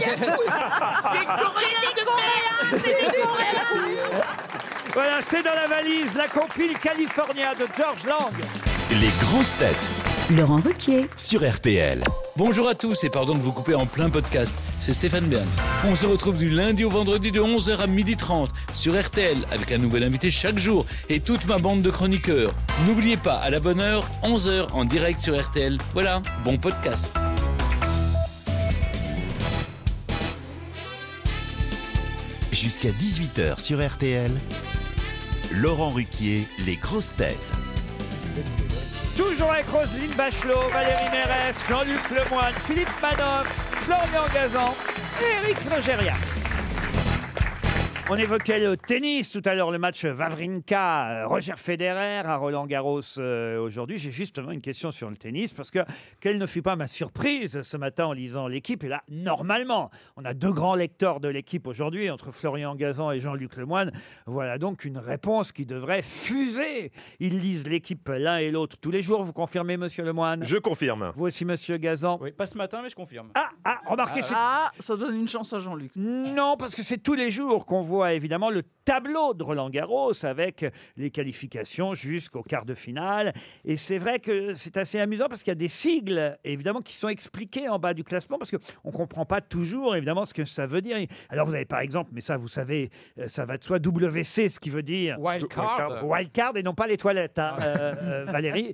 Coréens, c'est des Coréens. Voilà, c'est dans la valise, la compile California de George Lang. Les grosses têtes Laurent Ruquier. sur RTL. Bonjour à tous et pardon de vous couper en plein podcast, c'est Stéphane Bern. On se retrouve du lundi au vendredi de 11h à 12h30 sur RTL avec un nouvel invité chaque jour et toute ma bande de chroniqueurs. N'oubliez pas, à la bonne heure, 11h en direct sur RTL. Voilà, bon podcast. Jusqu'à 18h sur RTL. Laurent Ruquier, les grosses têtes. Toujours avec Roselyne Bachelot, Valérie Mérès, Jean-Luc Lemoyne, Philippe Manoff, Florian Gazan et Éric Logérias. On évoquait le tennis tout à l'heure, le match Wawrinka-Roger Federer à Roland-Garros aujourd'hui. J'ai justement une question sur le tennis parce que quelle ne fut pas ma surprise ce matin en lisant l'équipe. Et là, normalement, on a deux grands lecteurs de l'équipe aujourd'hui entre Florian Gazan et Jean-Luc Lemoyne. Voilà donc une réponse qui devrait fuser. Ils lisent l'équipe l'un et l'autre tous les jours. Vous confirmez, monsieur Lemoyne? Je confirme. Vous aussi, monsieur Gazan? Oui, pas ce matin, mais je confirme. Remarquez, ça donne une chance à Jean-Luc. Non, parce que c'est tous les jours qu'on voit évidemment le tableau de Roland-Garros avec les qualifications jusqu'au quart de finale. Et c'est vrai que c'est assez amusant parce qu'il y a des sigles, évidemment, qui sont expliqués en bas du classement parce qu'on ne comprend pas toujours, évidemment, ce que ça veut dire. Alors, vous avez par exemple, mais ça, vous savez, ça va de soi, WC, ce qui veut dire... Wildcard. Wildcard et non pas les toilettes, hein, Valérie.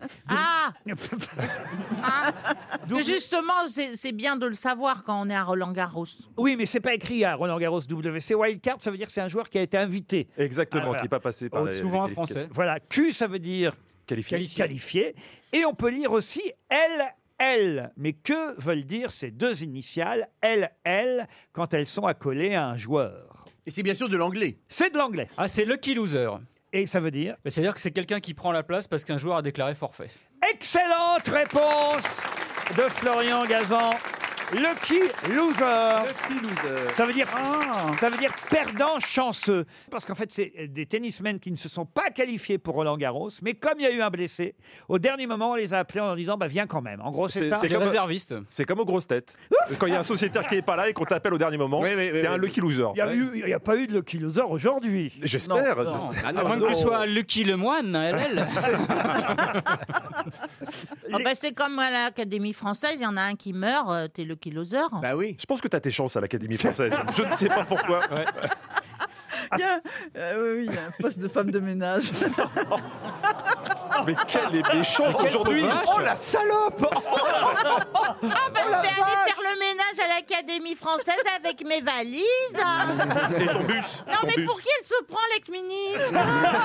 Parce que justement, c'est bien de le savoir quand on est à Roland-Garros. Oui, mais c'est pas écrit à Roland-Garros WC. Wildcard, ça veut dire que c'est un joueur qui a été invité. Exactement, qui n'est pas passé par souvent en les français. Voilà, Q, ça veut dire qualifié. Et on peut lire aussi LL. Mais que veulent dire ces deux initiales LL quand elles sont accolées à un joueur? Et c'est bien sûr de l'anglais. C'est de l'anglais. Ah, c'est lucky loser. Et ça veut dire? Ça veut dire que c'est quelqu'un qui prend la place parce qu'un joueur a déclaré forfait. Excellente réponse de Florian Gazan. Lucky loser. Ça veut dire perdant chanceux. Parce qu'en fait, c'est des tennismen qui ne se sont pas qualifiés pour Roland-Garros, mais comme il y a eu un blessé, au dernier moment, on les a appelés en leur disant viens quand même. En gros, c'est ça. C'est comme réserviste. C'est comme aux grosses têtes. Quand il y a un sociétaire qui n'est pas là et qu'on t'appelle au dernier moment, t'es un lucky loser. Il n'y a pas eu de lucky loser aujourd'hui. J'espère. À moins que tu sois Lucky Lemoyne, LL. C'est comme à l'Académie française, il y en a un qui meurt, t'es le loser. Bah oui. Je pense que tu as tes chances à l'Académie française. Je ne sais pas pourquoi. Il y a un poste de femme de ménage. Mais quelle est méchante aujourd'hui. Oh la salope. Je vais aller faire le ménage à l'Académie française avec mes valises. Et ton bus. Non, ton mais bus. pour qui elle se prend, l'ex-ministre?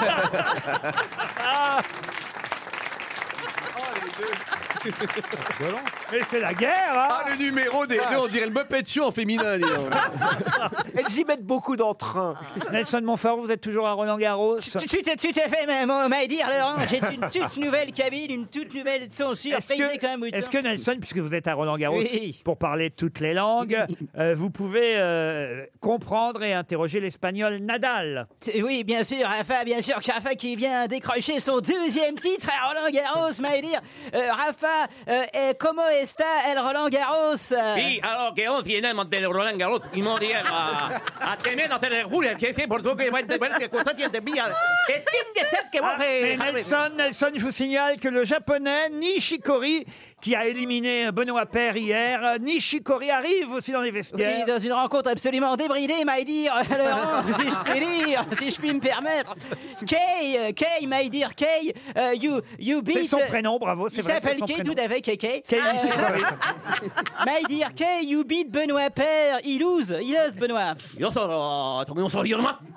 Mais c'est la guerre, hein. Ah, le numéro des deux, on dirait le Muppet Show en féminin. dis donc. Elles y mettent beaucoup d'entrain. Nelson Montfort, vous êtes toujours à Roland-Garros? Tout à fait, mais dire, Laurent, j'ai une toute nouvelle cabine, une toute nouvelle tonsure. Est-ce que Nelson, puisque vous êtes à Roland-Garros, Oui. pour parler toutes les langues, vous pouvez comprendre et interroger l'espagnol Nadal? Oui, bien sûr, Rafa qui vient décrocher son deuxième titre à Roland-Garros, mais dire, Rafa, comment está el Roland-Garros? Sí, alors que hoy viene del Roland Garros y no diga a tener la Julia que c'est pour toi que va que cosa tiene bien. Et Nelson, je vous signale que le japonais Nishikori, qui a éliminé Benoît Paire hier, Nishikori arrive aussi dans les vestiaires. Oui, dans une rencontre absolument débridée, my dear, Laurent, si je puis me permettre. Kay, my dear, Kay, you beat... C'est son prénom, bravo, c'est vrai. Il s'appelle Kay, tout à fait, Kay. Kay Nishikori. My dear Kay, you beat Benoît Paire. Il lose, Benoît.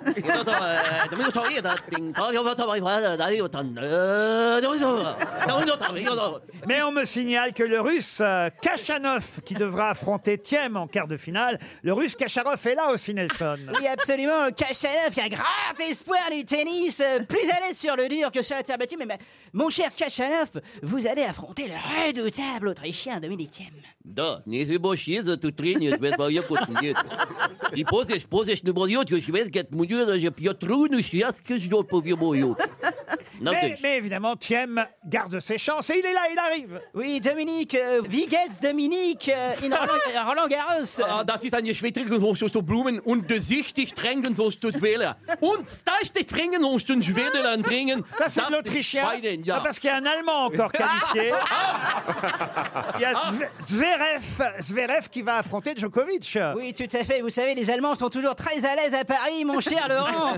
Mais on me signale que le Russe Kachanov, qui devra affronter Thiem en quart de finale, le Russe Kachanov est là aussi, Nelson. Oui, absolument. Kachanov, qui est un grand espoir du tennis, plus à l'aise sur le dur que sur la terre battue. Mais mon cher Kachanov, vous allez affronter le redoutable Autrichien Dominique Thiem. Да, не забочись, тут тренер, без боев нет. И позже не боет, que je vais get мудер, je peux trop nous chier, que je dois pas vieux Mais évidemment, Thiem garde ses chances et il est là, il arrive. Oui, Dominique, wie geht's, Dominique, in Roland Garros? Das ist eine Schwetterung, so zu Blumen und sichtig drängen, so zu wählen. Und das drängen, so zu schwer drängen. Ça, c'est de l'Autrichien. Ah, parce qu'il y a un Allemand encore qualifié. Il y a Zverev qui va affronter Djokovic. Oui, tout à fait. Vous savez, les Allemands sont toujours très à l'aise à Paris, mon cher Laurent.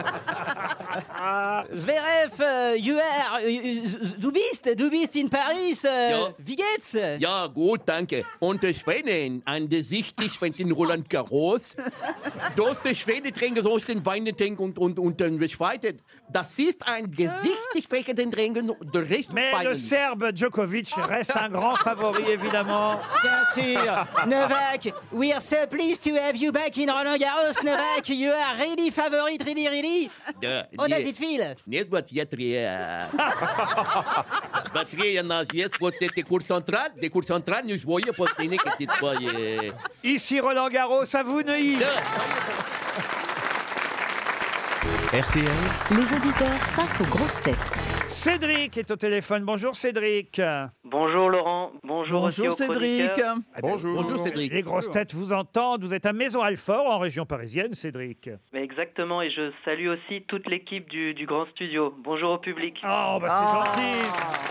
Zverev, du bist in Paris. Wie geht's? Ja, gut, danke. Und der Schweden, an der sichtig, wenn den Roland Garros, das der Schwede trinken, so den Wein trinken und den Schweizer. Das ist ein gesichtig fächerten Trinken, der Rest Mais le Serbe Djokovic reste un grand favori, évidemment. Bien sûr. Novak, we are so pleased to have you back in Roland Garros, Novak. You are really favorite, really. On a dit fil. Нет, вот я три. Батарея нас есть, вот эти cours centrales, des cours centrales, nous voyons pour traîner que c'est pas. Ici Roland Garros, à vous Neuilly. RTL, Les auditeurs face aux grosses têtes. Cédric est au téléphone. Bonjour Cédric. Bonjour Laurent. Bonjour aussi aux Cédric. chroniqueurs. Bonjour Cédric. Les grosses têtes vous entendent. Vous êtes à Maison-Alfort, en région parisienne, Cédric. Mais exactement, et je salue aussi toute l'équipe du Grand Studio. Bonjour au public. Oh, bah c'est gentil.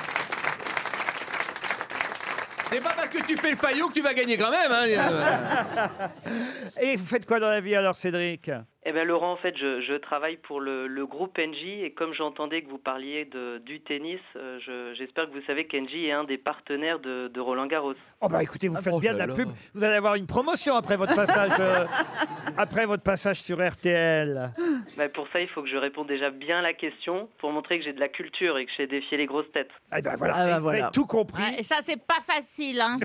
C'est pas parce que tu fais le faillot que tu vas gagner quand même. Hein. Et vous faites quoi dans la vie alors, Cédric? Eh bien Laurent, en fait, je travaille pour le groupe Engie, et comme j'entendais que vous parliez du tennis, j'espère que vous savez qu'Engie est un des partenaires de Roland Garros. Oh bah écoutez, vous faites bien de la pub. Vous allez avoir une promotion après votre passage, sur RTL. Bah, pour ça, il faut que je réponde déjà bien à la question, pour montrer que j'ai de la culture et que je sais défier les grosses têtes. Eh ben voilà, vous avez tout compris. Ouais, et ça, c'est pas facile, hein.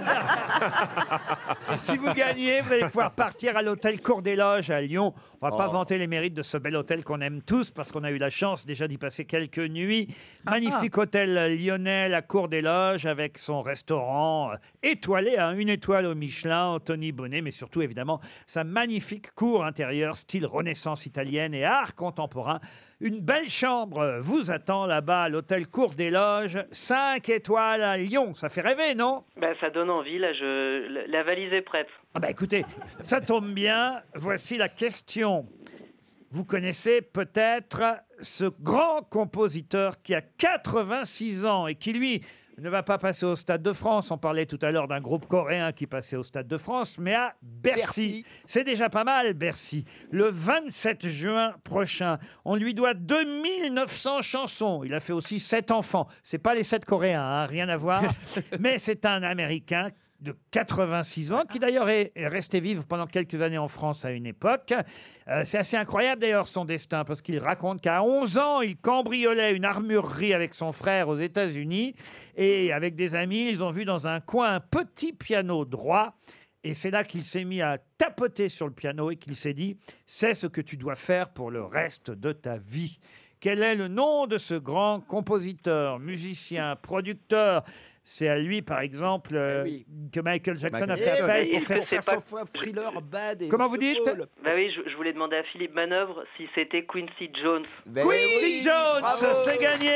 Si vous gagnez, vous allez pouvoir partir à l'hôtel Cour des Loges à Lyon. On va pas vanter les mérites de ce bel hôtel qu'on aime tous, parce qu'on a eu la chance déjà d'y passer quelques nuits. Magnifique hôtel lyonnais, la Cour des Loges, avec son restaurant étoilé, hein, 1 étoile au Michelin, Anthony Bonnet, mais surtout évidemment sa magnifique cour intérieure, style Renaissance italienne et art contemporain. Une belle chambre vous attend là-bas à l'hôtel Cour des Loges, 5 étoiles à Lyon. Ça fait rêver, non? Bah, ça donne envie, là, la valise est prête. Ah bah écoutez, ça tombe bien. Voici la question. Vous connaissez peut-être ce grand compositeur qui a 86 ans et qui, lui, ne va pas passer au Stade de France. On parlait tout à l'heure d'un groupe coréen qui passait au Stade de France, mais à Bercy. C'est déjà pas mal, Bercy. Le 27 juin prochain, on lui doit 2900 chansons. Il a fait aussi 7 enfants. C'est pas les 7 coréens, hein, rien à voir. Mais c'est un Américain de 86 ans, qui d'ailleurs est resté vivre pendant quelques années en France à une époque. C'est assez incroyable d'ailleurs son destin, parce qu'il raconte qu'à 11 ans, il cambriolait une armurerie avec son frère aux États-Unis, et avec des amis, ils ont vu dans un coin un petit piano droit, et c'est là qu'il s'est mis à tapoter sur le piano et qu'il s'est dit « C'est ce que tu dois faire pour le reste de ta vie ». Quel est le nom de ce grand compositeur, musicien, producteur ? C'est à lui, par exemple, que Michael Jackson a fait appel pour faire sa fois Thriller, Bad et Comment vous dites? Bah oui, je voulais demander à Philippe Manœuvre si c'était Quincy Jones. Quincy Jones, c'est gagné.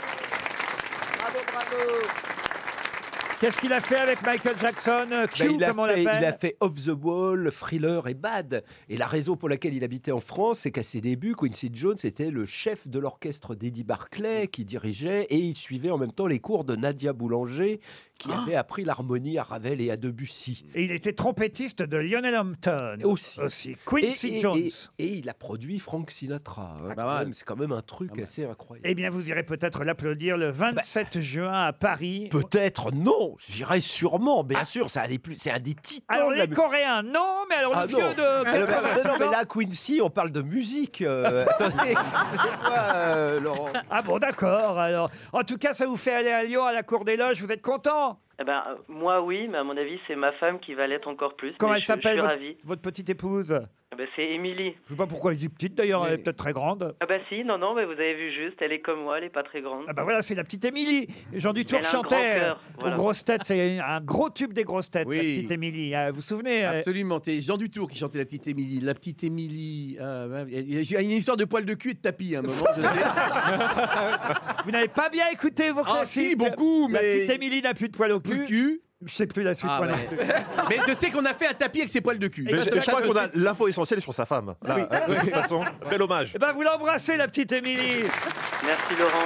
Bravo. Qu'est-ce qu'il a fait avec Michael Jackson? Il a fait Off the Wall, Thriller et Bad. Et la raison pour laquelle il habitait en France, c'est qu'à ses débuts, Quincy Jones était le chef de l'orchestre d'Eddie Barclay qui dirigeait, et il suivait en même temps les cours de Nadia Boulanger, qui avait appris l'harmonie à Ravel et à Debussy. Et il était trompettiste de Lionel Hampton. Aussi. Quincy Jones. Et il a produit Frank Sinatra. C'est quand même un truc assez incroyable. Eh bien, vous irez peut-être l'applaudir le 27 juin à Paris. Peut-être non, j'irai sûrement, bien sûr, c'est un des titans. Alors de la les Coréens, non, mais alors le vieux de... Non, mais là, Quincy, on parle de musique. Attendez, excusez-moi, Laurent. Ah bon, d'accord. Alors, en tout cas, ça vous fait aller à Lyon à la Cour des Loges. Vous êtes content? Moi, oui, mais à mon avis, c'est ma femme qui va l'être encore plus. Comment mais elle je s'appelle, suis ravi. votre petite épouse? C'est Émilie. Je sais pas pourquoi elle dit petite d'ailleurs, elle est peut-être très grande. Si, non, mais vous avez vu juste, elle est comme moi, elle est pas très grande. Voilà, c'est la petite Émilie. Jean Dutour Elle a un grand chantait cœur, voilà. aux grosses têtes, c'est un gros tube des grosses têtes, Oui. la petite Émilie. Vous vous souvenez? Absolument, c'est Jean Dutour qui chantait la petite Émilie. La petite Émilie. Il y a une histoire de poil de cul et de tapis à un moment. Vous n'avez pas bien écouté vos classiques? Si, beaucoup, La mais. petite Émilie n'a plus de poil au cul. Je sais plus la suite. moi non plus. Mais je sais qu'on a fait un tapis avec ses poils de cul. Mais je crois qu'on a l'info essentielle sur sa femme. Là, de toute façon, bel hommage. Vous l'embrassez, la petite Émilie. Merci Laurent.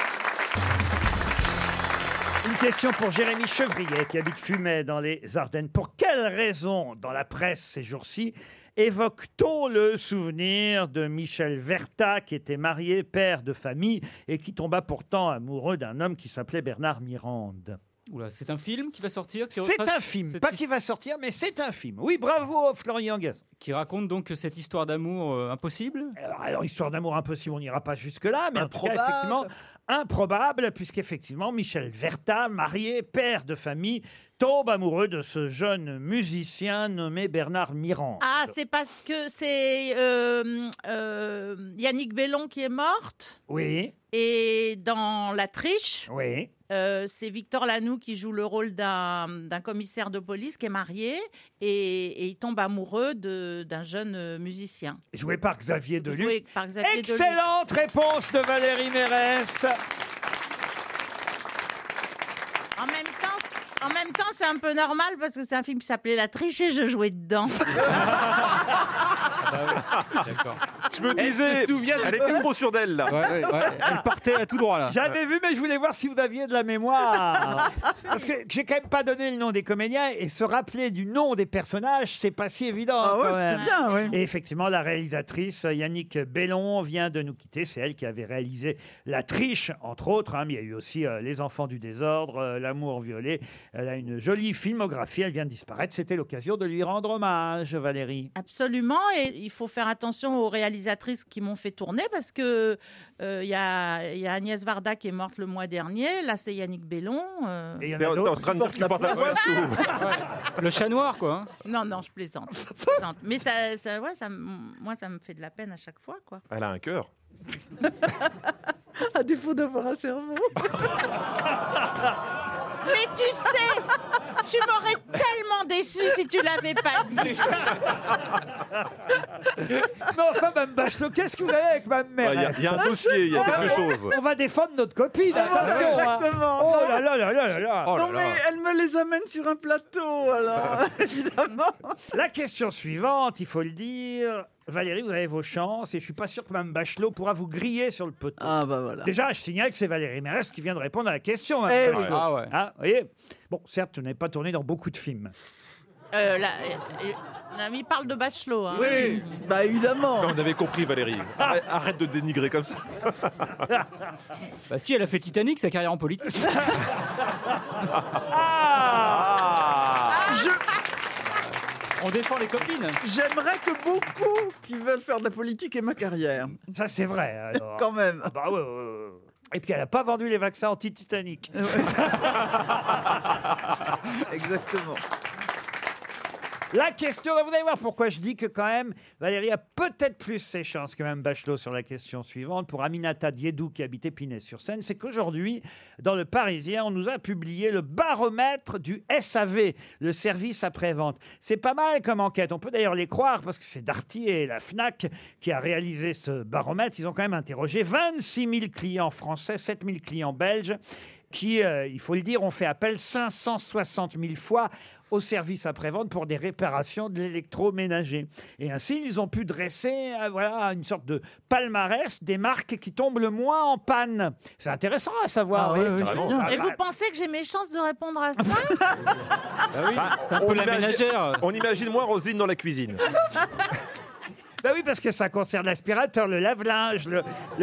Une question pour Jérémy Chevrier, qui habite Fumay, dans les Ardennes. Pour quelle raison, dans la presse ces jours-ci, évoque-t-on le souvenir de Michel Verta, qui était marié, père de famille, et qui tomba pourtant amoureux d'un homme qui s'appelait Bernard Mirande? Oula, c'est un film qui va sortir C'est un film, pas qui va sortir, mais c'est un film. Oui, bravo Florian Gazan. Qui raconte donc cette histoire d'amour impossible. Alors, histoire d'amour impossible, on n'ira pas jusque-là, mais en tout cas, effectivement, improbable, puisqu'effectivement, Michel Verta, marié, père de famille, tombe amoureux de ce jeune musicien nommé Bernard Mirande. Ah, c'est parce que c'est Yannick Bellon qui est morte. Oui. Et dans La Triche, Oui. c'est Victor Lanoux qui joue le rôle d'un commissaire de police qui est marié et il tombe amoureux d'un jeune musicien. Joué par Xavier Deluc. Joué par Xavier Deluc. Excellente réponse de Valérie Mérès. En même temps, c'est un peu normal parce que c'est un film qui s'appelait La Triche et je jouais dedans. D'accord. Je me disais, elle était trop sûre d'elle, là. Elle partait tout droit, là. J'avais vu, mais je voulais voir si vous aviez de la mémoire. Parce que j'ai quand même pas donné le nom des comédiens et se rappeler du nom des personnages, c'est pas si évident. Ah ouais, quand même. c'était bien, ouais. Et effectivement, la réalisatrice Yannick Bellon vient de nous quitter. C'est elle qui avait réalisé La Triche, entre autres. Mais il y a eu aussi Les Enfants du désordre, L'amour violé. Elle a une jolie filmographie. Elle vient de disparaître. C'était l'occasion de lui rendre hommage, Valérie. Absolument, et il faut faire attention aux réalisatrices qui m'ont fait tourner parce que il y a Agnès Varda qui est morte le mois dernier. Là, c'est Yannick Bellon. Et il y en T'es a en d'autres. train de dire qu'il porte la poisse ou... Le chat noir, quoi. Non, je plaisante. Mais moi, ça me fait de la peine à chaque fois, quoi. Elle a un cœur. À défaut d'avoir un cerveau. Mais tu sais, tu m'aurais tellement déçu si tu l'avais pas dit. Mais enfin, Mme Bachelot, qu'est-ce que vous avez avec Mme Mérès? Il y a un dossier, il y a quelque chose. On va défendre notre copine, attention. Exactement. Oh là là là là là là. Non, mais elle me les amène sur un plateau, alors, évidemment. La question suivante, il faut le dire. Valérie, vous avez vos chances et je suis pas sûr que Mme Bachelot pourra vous griller sur le poteau. Ah bah voilà. Déjà, je signale que c'est Valérie Mérès qui vient de répondre à la question. Mme Eh Bachelot. oui. Ah ouais. Hein, vous voyez. Bon, certes, vous n'avez pas tourné dans beaucoup de films. L'ami parle de Bachelot. Hein. Oui, bah évidemment. On avait compris, Valérie. Arrête de dénigrer comme ça. Bah si, elle a fait Titanic, sa carrière en politique. On défend les copines. J'aimerais que beaucoup qui veulent faire de la politique aient ma carrière. Ça, c'est vrai. Alors. Quand même. Ah bah ouais. Et puis, elle n'a pas vendu les vaccins anti-Titanic. Exactement. La question, vous allez voir pourquoi je dis que quand même, Valérie a peut-être plus ses chances que Mme Bachelot sur la question suivante. Pour Aminata Diédou qui habite Épinay-sur-Seine, c'est qu'aujourd'hui, dans Le Parisien, on nous a publié le baromètre du SAV, le service après-vente. C'est pas mal comme enquête. On peut d'ailleurs les croire parce que c'est Darty et la FNAC qui a réalisé ce baromètre. Ils ont quand même interrogé 26 000 clients français, 7 000 clients belges qui, il faut le dire, ont fait appel 560 000 fois au service après-vente pour des réparations de l'électroménager. Et ainsi, ils ont pu dresser voilà, une sorte de palmarès des marques qui tombent le moins en panne. C'est intéressant à savoir. Ah, oui. ouais, ouais, Et vous pensez que j'ai mes chances de répondre à ça? Un peu la ménagère. On imagine moins Roselyne dans la cuisine. Ben oui, parce que ça concerne l'aspirateur, le lave-linge, le...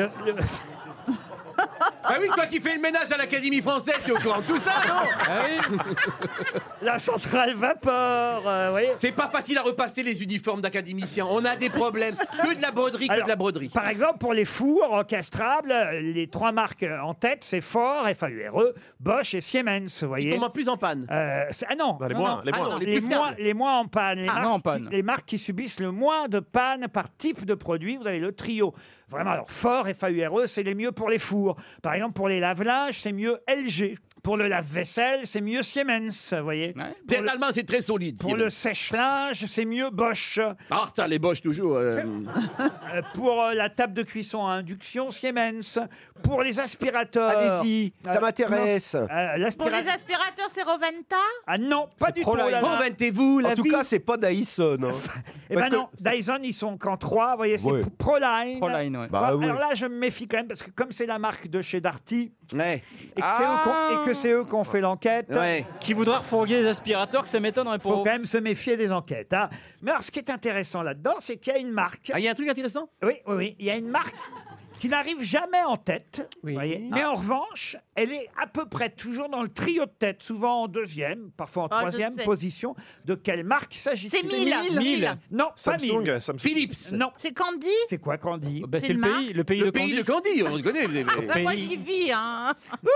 Ah oui, toi qui fais le ménage à l'Académie française, tu es au courant de tout ça, non? La centrale vapeur, oui. C'est pas facile à repasser les uniformes d'académiciens. On a des problèmes. Que de la broderie, que de la broderie. Par exemple, pour les fours encastrables, les 3 marques en tête, c'est Ford, FAURE, Bosch et Siemens, vous voyez. Ils tombent plus en panne. Ah non, les non, moins, non. les moins. Ah non, les Les plus moins, fiables. les moins en panne. Les, Ah, marques, moins en panne. les marques qui subissent le moins de panne par type de produit. Vous avez le trio. Vraiment, alors Ford, FAURE, c'est les mieux pour les fours. Par exemple, pour les lave-linges, c'est mieux LG. Pour le lave-vaisselle, c'est mieux Siemens, vous voyez. C'est allemand, c'est très solide. Pour le sèche-linge, c'est mieux Bosch. Ah, ça, les Bosch, toujours. Pour la table de cuisson à induction, Siemens. Pour les aspirateurs... Allez-y, ça m'intéresse. Pour les aspirateurs, c'est Roventa? Ah non, pas du tout. là, là. Inventez-vous la En tout vie. cas, c'est pas Dyson. Hein. Eh ben Parce que- non, Dyson, ils sont qu'en 3. Vous voyez, c'est Ouais. Proline. Proline, ouais. Bah Bon, oui. alors là, je me méfie quand même, parce que comme c'est la marque de chez Darty, Ouais. et que c'est eux qui ont fait l'enquête, Ouais. Qui voudra refourguer les aspirateurs, que ça m'étonnerait il faut pour. quand même se méfier des enquêtes. Hein. Mais alors, ce qui est intéressant là-dedans, c'est qu'il y a une marque. Ah, il y a un truc intéressant? Oui, oui, oui. Il y a une marque qui n'arrive jamais en tête. Vous voyez. Mais en revanche, elle est à peu près toujours dans le trio de tête, souvent en 2e, parfois en Ah, je 3e sais. position. De quelle marque s'agit-il? C'est Miele. Non, pas Samsung, Miele. Samsung. Philips. Non. C'est Candy? C'est quoi Candy? Bah, C'est c'est une le marque. pays, le pays Le de pays Candy. de Candy, on le connaît. Bah, moi, j'y vis, hein.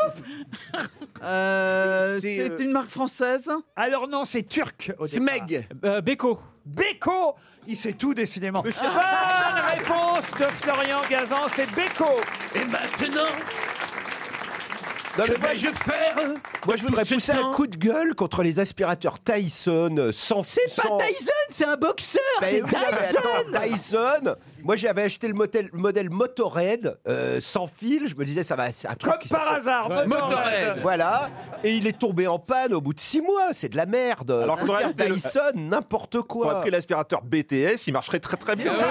C'est une marque française. Alors non, c'est turc au départ. Smeg. Beko. Beko. Il sait tout décidément. Bonne réponse de Florian Gazan, c'est Beko. Et maintenant, Non, que mais moi, vais-je faire? moi, je voudrais tout ce pousser un temps coup de gueule contre les aspirateurs Tyson sans. C'est pas Tyson, c'est un boxeur, c'est Dyson. Moi, j'avais acheté le modèle Motorhead sans fil. Je me disais, ça va, c'est un truc. Comme par hasard, Motorhead. Voilà. Et il est tombé en panne au bout de 6 mois. C'est de la merde. Alors qu'on aurait acheté le- Dyson, n'importe On a quoi. pris l'aspirateur BTS, il marcherait très très bien.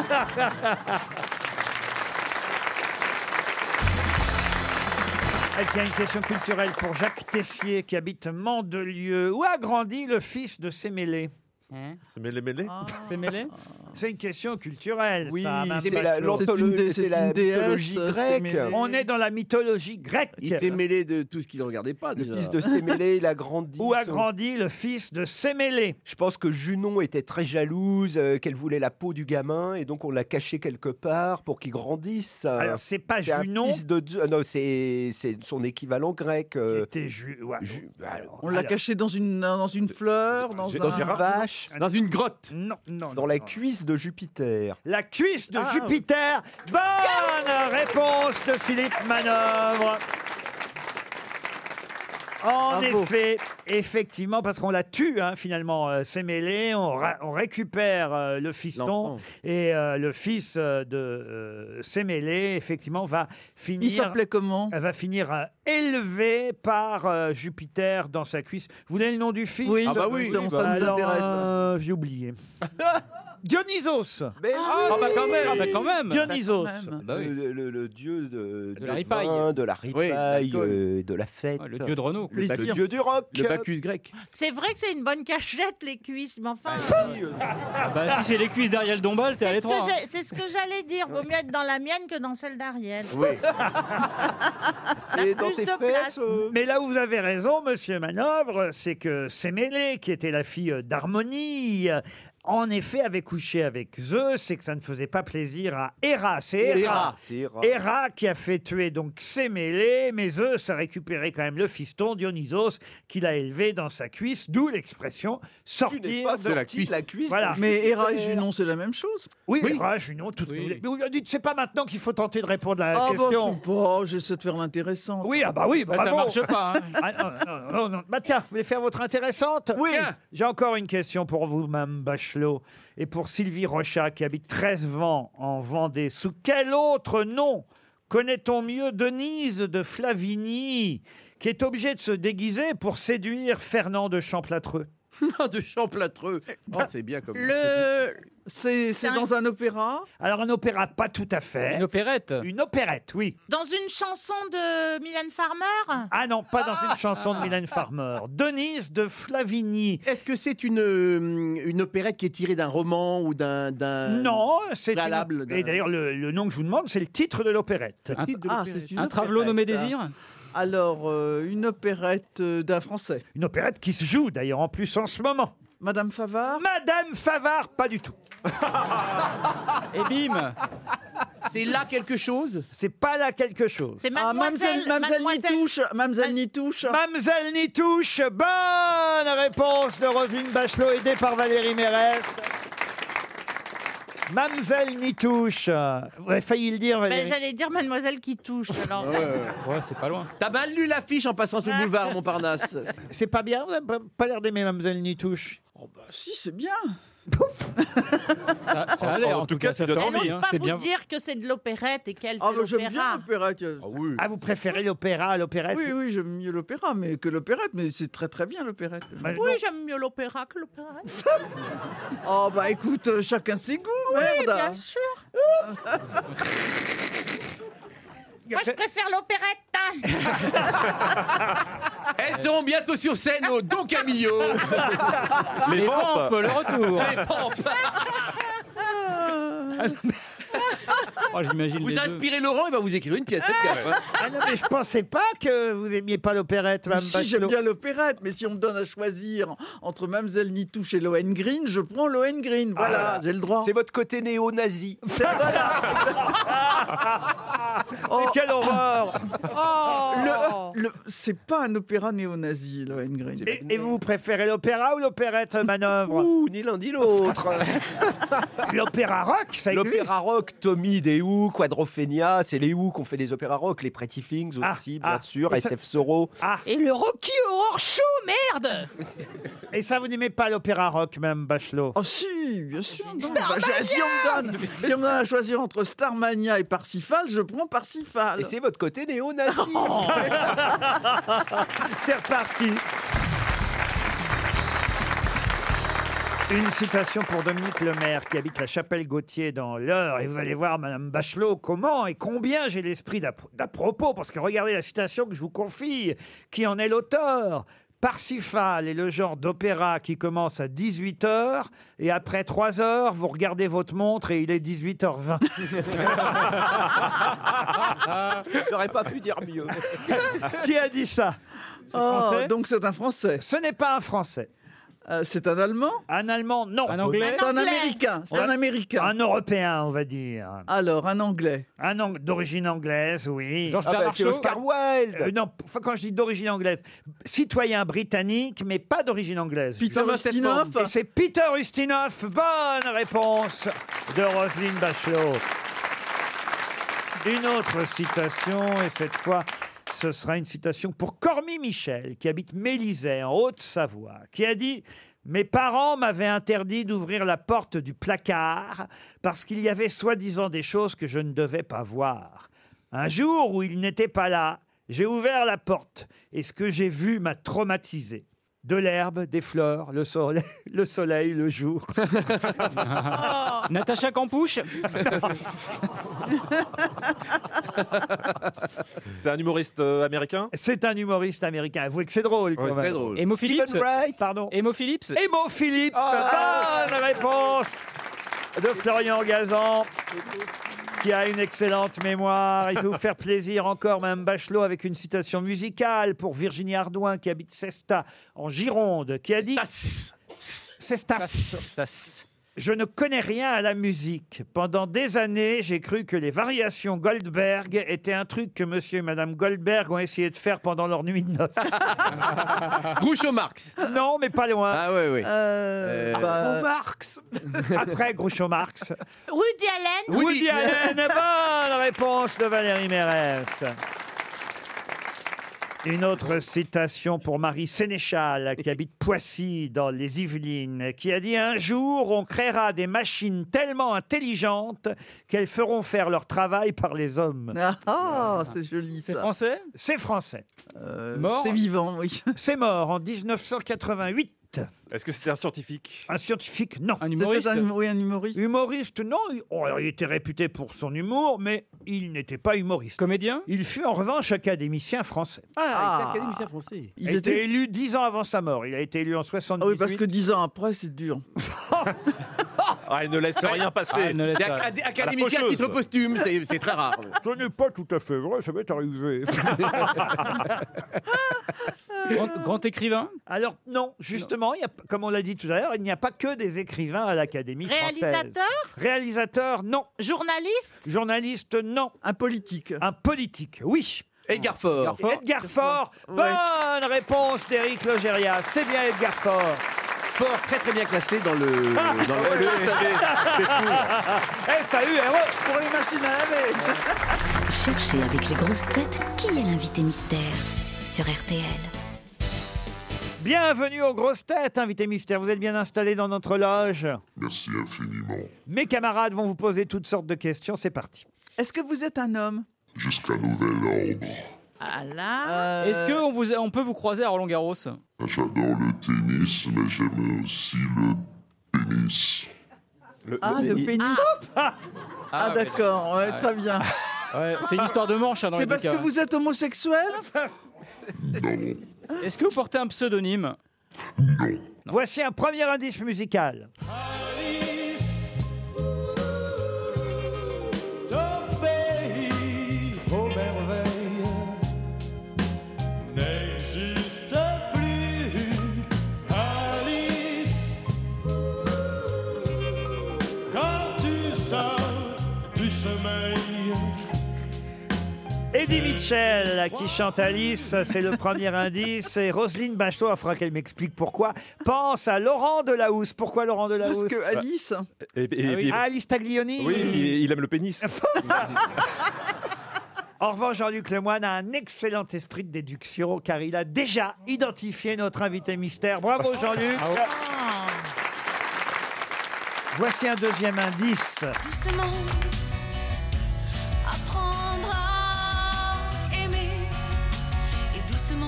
Il y a une question culturelle pour Jacques Tessier qui habite Mandelieu. Où a grandi le fils de Sémélé? C'est mêlé. C'est mêlé. C'est une question culturelle. Oui, ça, Mme c'est Bachelot. c'est la mythologie grecque. On est dans la mythologie grecque. Il s'est mêlé de tout ce qu'il ne regardait pas. Le déjà. fils de Sémélé, il a grandi. Où a grandi le fils de Sémélé? Je pense que Junon était très jalouse, qu'elle voulait la peau du gamin, et donc on l'a caché quelque part pour qu'il grandisse. Alors, c'est pas C'est un Junon. fils de Zeus. Non, c'est son équivalent grec. Était ouais. On l'a caché dans une fleur, dans une vache, Dans une grotte. Non, non. dans la cuisse de Jupiter. La cuisse de Jupiter. Bonne réponse de Philippe Manœuvre. En Bravo. effet, effectivement, parce qu'on la tue, hein, finalement, Sémélé, on récupère le fiston, L'enfant. et le fils de Sémélé, effectivement, va finir... Il s'appelait comment? va finir élevé par Jupiter dans sa cuisse. Vous voulez le nom du fils? Oui, Ah bah oui, ça nous Alors, intéresse. j'ai oublié. Dionysos. Mais Ah bah quand même. Ah bah quand même. Dionysos. Bah oui. le dieu de la ripaille. vin, de la ripaille, d'alcool. de la fête. Ouais, le dieu de Renault. quoi. Le dieu du rock. Le Bacchus grec. C'est vrai que c'est une bonne cachette, les cuisses, mais enfin... Bah si c'est les cuisses d'Ariel Dombal, t'es à C'est ce, l'étroit. c'est ce que j'allais dire. Vaut mieux être dans la mienne que dans celle d'Ariel. Oui. Et T'as dans plus tes de fesses. place. Mais là où vous avez raison, monsieur Manœuvre, c'est que Sémélé, qui était la fille d'Harmonie, en effet avait couché avec Zeus et que ça ne faisait pas plaisir à Héra. C'est Héra. C'est Héra. Héra qui a fait tuer donc Sémélé, mais Zeus a récupéré quand même le fiston Dionysos qu'il a élevé dans sa cuisse, d'où l'expression Tu n'es sortir pas de sorti de la cuisse. Voilà. Mais Héra et Junon, c'est la même chose. Oui, Oui. Héra, Junon, tout ce que Oui. vous voulez. Mais vous dites, c'est pas maintenant qu'il faut tenter de répondre à la Ah bah, je question. sais pas, j'essaie de faire l'intéressant. Oui, ah bah oui, Bah, ça bravo. marche pas. Hein. Ah, non. Bah tiens, vous voulez faire votre intéressante? Oui. J'ai encore une question pour vous, Mme Bachelot, et pour Sylvie Rochat, qui habite 13 vents en Vendée. Sous quel autre nom connaît-on mieux Denise de Flavigny, qui est obligée de se déguiser pour séduire Fernand de Champlâtreux? De Champlâtreux. Oh, c'est bien comme C'est dans un opéra. Alors un opéra, pas tout à fait. Une opérette. Une opérette, oui. Dans une chanson de Mylène Farmer. Ah non, pas dans une chanson de Mylène Farmer. Denise de Flavigny. Est-ce que c'est une opérette qui est tirée d'un roman ou d'un Non, c'est préalable Et d'ailleurs, le nom que je vous demande, c'est le titre de l'opérette. Un travelot nommé Désir. Alors, une opérette d'un Français. Une opérette qui se joue d'ailleurs en plus en ce moment. Madame Favart. Madame Favart, pas du tout. Et bim. C'est là quelque chose. C'est pas là quelque chose. C'est Mademoiselle Nitouche. Mademoiselle Nitouche. Mademoiselle Nitouche, bonne réponse de Roselyne Bachelot, aidée par Valérie Mérès. Mademoiselle Nitouche. Vous avez failli le dire, Valérie. J'allais dire Mademoiselle qui touche. Alors. Ouais, c'est pas loin. T'as mal lu l'affiche en passant sur le boulevard Montparnasse. C'est pas bien. Vous n'avez pas l'air d'aimer Mademoiselle Nitouche. Oh bah si, c'est bien. Ça a l'air. En tout cas, ça donne Elle envie. n'ose pas vous dire que c'est de l'opérette et qu'elle Ah fait bah j'aime bien l'opéra. l'opérette. Ah, vous préférez l'opéra à l'opérette? Oui, j'aime mieux l'opéra mais que l'opérette, mais c'est très très bien l'opérette. Oui, j'aime mieux l'opéra que l'opérette. Oh bah écoute, chacun ses goûts, Oui, merde. bien sûr. Moi, je préfère l'opérette. Elles seront bientôt sur scène au Don Camillo. Les Pampes, le retour. Les Pampes. Oh, j'imagine Vous les deux. inspirez Laurent, il va vous écrire une pièce de théâtre. Ah non, mais je pensais pas que vous aimiez pas l'opérette, Mme Si, j'aime Bachelot. bien l'opérette, mais si on me donne à choisir entre Mademoiselle Nitouche et Lohengrin, je prends Lohengrin. Voilà, j'ai le droit. C'est votre côté néo-nazi. Mais quelle horreur! C'est pas un opéra néo-nazi, Lohengrin. Et vous préférez l'opéra ou l'opérette, Manœuvre? Ouh, ni l'un ni l'autre. L'opéra rock, ça existe? L'opéra rock, Tommy des Who, Quadrophenia, c'est les Who qui ont fait des opéras rock, les Pretty Things aussi, bien sûr, et ça- SF Soro. Et le Rocky Horror Show, merde. Et ça, vous n'aimez pas l'opéra rock, même Bachelot? Oh si, bien sûr. non. Starmania Si on me donne à choisir entre Starmania et Parsifal, je prends Parsifal. Et c'est votre côté néo-nazi. C'est reparti. Une citation pour Dominique Lemaire qui habite la Chapelle-Gautier dans l'Eure. Et vous allez voir, Madame Bachelot, comment et combien j'ai l'esprit d'à propos. Parce que regardez la citation que je vous confie, qui en est l'auteur. Parsifal est le genre d'opéra qui commence à 18h et après 3 heures, vous regardez votre montre et il est 18h20. J'aurais pas pu dire mieux. Qui a dit ça? Donc c'est un Français. Ce n'est pas un Français. C'est un Allemand? Un Allemand, non. Un Anglais? C'est un Américain. C'est un Américain. Un Européen, on va dire. Alors, un Anglais. D'origine anglaise, oui. Georges C'est Oscar Wilde. Non, enfin, quand je dis d'origine anglaise, citoyen britannique, mais pas d'origine anglaise. Peter Ustinov. Et c'est Peter Ustinov. Bonne réponse de Roselyne Bachelot. Une autre citation, et cette fois, ce sera une citation pour Cormy Michel, qui habite Mélisay, en Haute-Savoie, qui a dit « Mes parents m'avaient interdit d'ouvrir la porte du placard parce qu'il y avait soi-disant des choses que je ne devais pas voir. Un jour où ils n'étaient pas là, j'ai ouvert la porte et ce que j'ai vu m'a traumatisé. De l'herbe, des fleurs, le soleil, le jour. Natacha Campouche. C'est un humoriste américain? C'est un humoriste américain. Avouez que c'est drôle. Ouais, quand c'est même. drôle. Emo Phillips. Stephen Wright. Pardon. Emo Phillips. Emo Phillips. Bonne réponse de Florian Gazan, qui a une excellente mémoire. Il peut vous faire plaisir encore, Mme Bachelot, avec une citation musicale pour Virginie Ardouin, qui habite Cesta, en Gironde, qui a dit... Cestas. Je ne connais rien à la musique. Pendant des années, j'ai cru que les variations Goldberg étaient un truc que monsieur et madame Goldberg ont essayé de faire pendant leur nuit de noces. Groucho Marx. Non, mais pas loin. Ah oui, oui. Marx. Après Groucho Marx. Woody Allen. Woody Allen. Bonne réponse de Valérie Mérès. Une autre citation pour Marie Sénéchal, qui habite Poissy, dans les Yvelines, qui a dit « Un jour, on créera des machines tellement intelligentes qu'elles feront faire leur travail par les hommes. » Ah, c'est joli ça. C'est français? C'est français. Mort? C'est vivant, oui. C'est mort en 1988. Bennett. Est-ce que c'était un scientifique? Un scientifique, non. Un humoriste? Oui, un humoriste. Humoriste, non. Alors, il était réputé pour son humour, mais il n'était pas humoriste. Comédien? Il fut en revanche académicien français. Ah, académicien français. Il a été élu 10 ans avant sa mort. Il a été élu en 78. Ah oui, parce que 10 ans après, c'est dur. Ah, il ne laisse rien passer. Académicien à titre posthume, c'est très rare. Ce n'est pas tout à fait vrai, ça m'est arrivé. Grand écrivain? Alors non, justement, il y a, comme on l'a dit tout à l'heure, il n'y a pas que des écrivains à l'Académie française. Réalisateur? Réalisateur, non. Journaliste? Journaliste, non. Un politique? Un politique, oui. Edgar Faure. Edgar Faure. Bonne réponse d'Éric Logérias. C'est bien Edgar Faure. Faure, très très bien classé dans le... FAURE. Pour les machines à laver. Cherchez avec les grosses têtes qui est l'invité mystère sur RTL. Bienvenue aux grosses têtes, invité mystère. Vous êtes bien installés dans notre loge. Merci infiniment. Mes camarades vont vous poser toutes sortes de questions. C'est parti. Est-ce que vous êtes un homme? Jusqu'à nouvel ordre. Ah là. Est-ce qu'on peut vous croiser à Roland-Garros? J'adore le tennis, mais j'aime aussi le pénis. Le pénis. Ah, d'accord, ouais, très bien. Ouais, c'est une histoire de manche. Hein, dans c'est les deux parce que cas. vous êtes homosexuel? Non. Est-ce que vous portez un pseudonyme? Non. Voici un premier indice musical. Eddie Mitchell qui chante Alice, c'est le premier indice. Et Roselyne Bachelot, il faudra qu'elle m'explique pourquoi, pense à Laurent Delahousse. Pourquoi Laurent Delahousse? Parce que Alice. Alice Taglioni. Oui, il aime le pénis. En revanche, Jean-Luc Lemoyne a un excellent esprit de déduction car il a déjà identifié notre invité mystère. Bravo Jean-Luc. Voici un deuxième indice. Doucement, apprendre à aimer et doucement,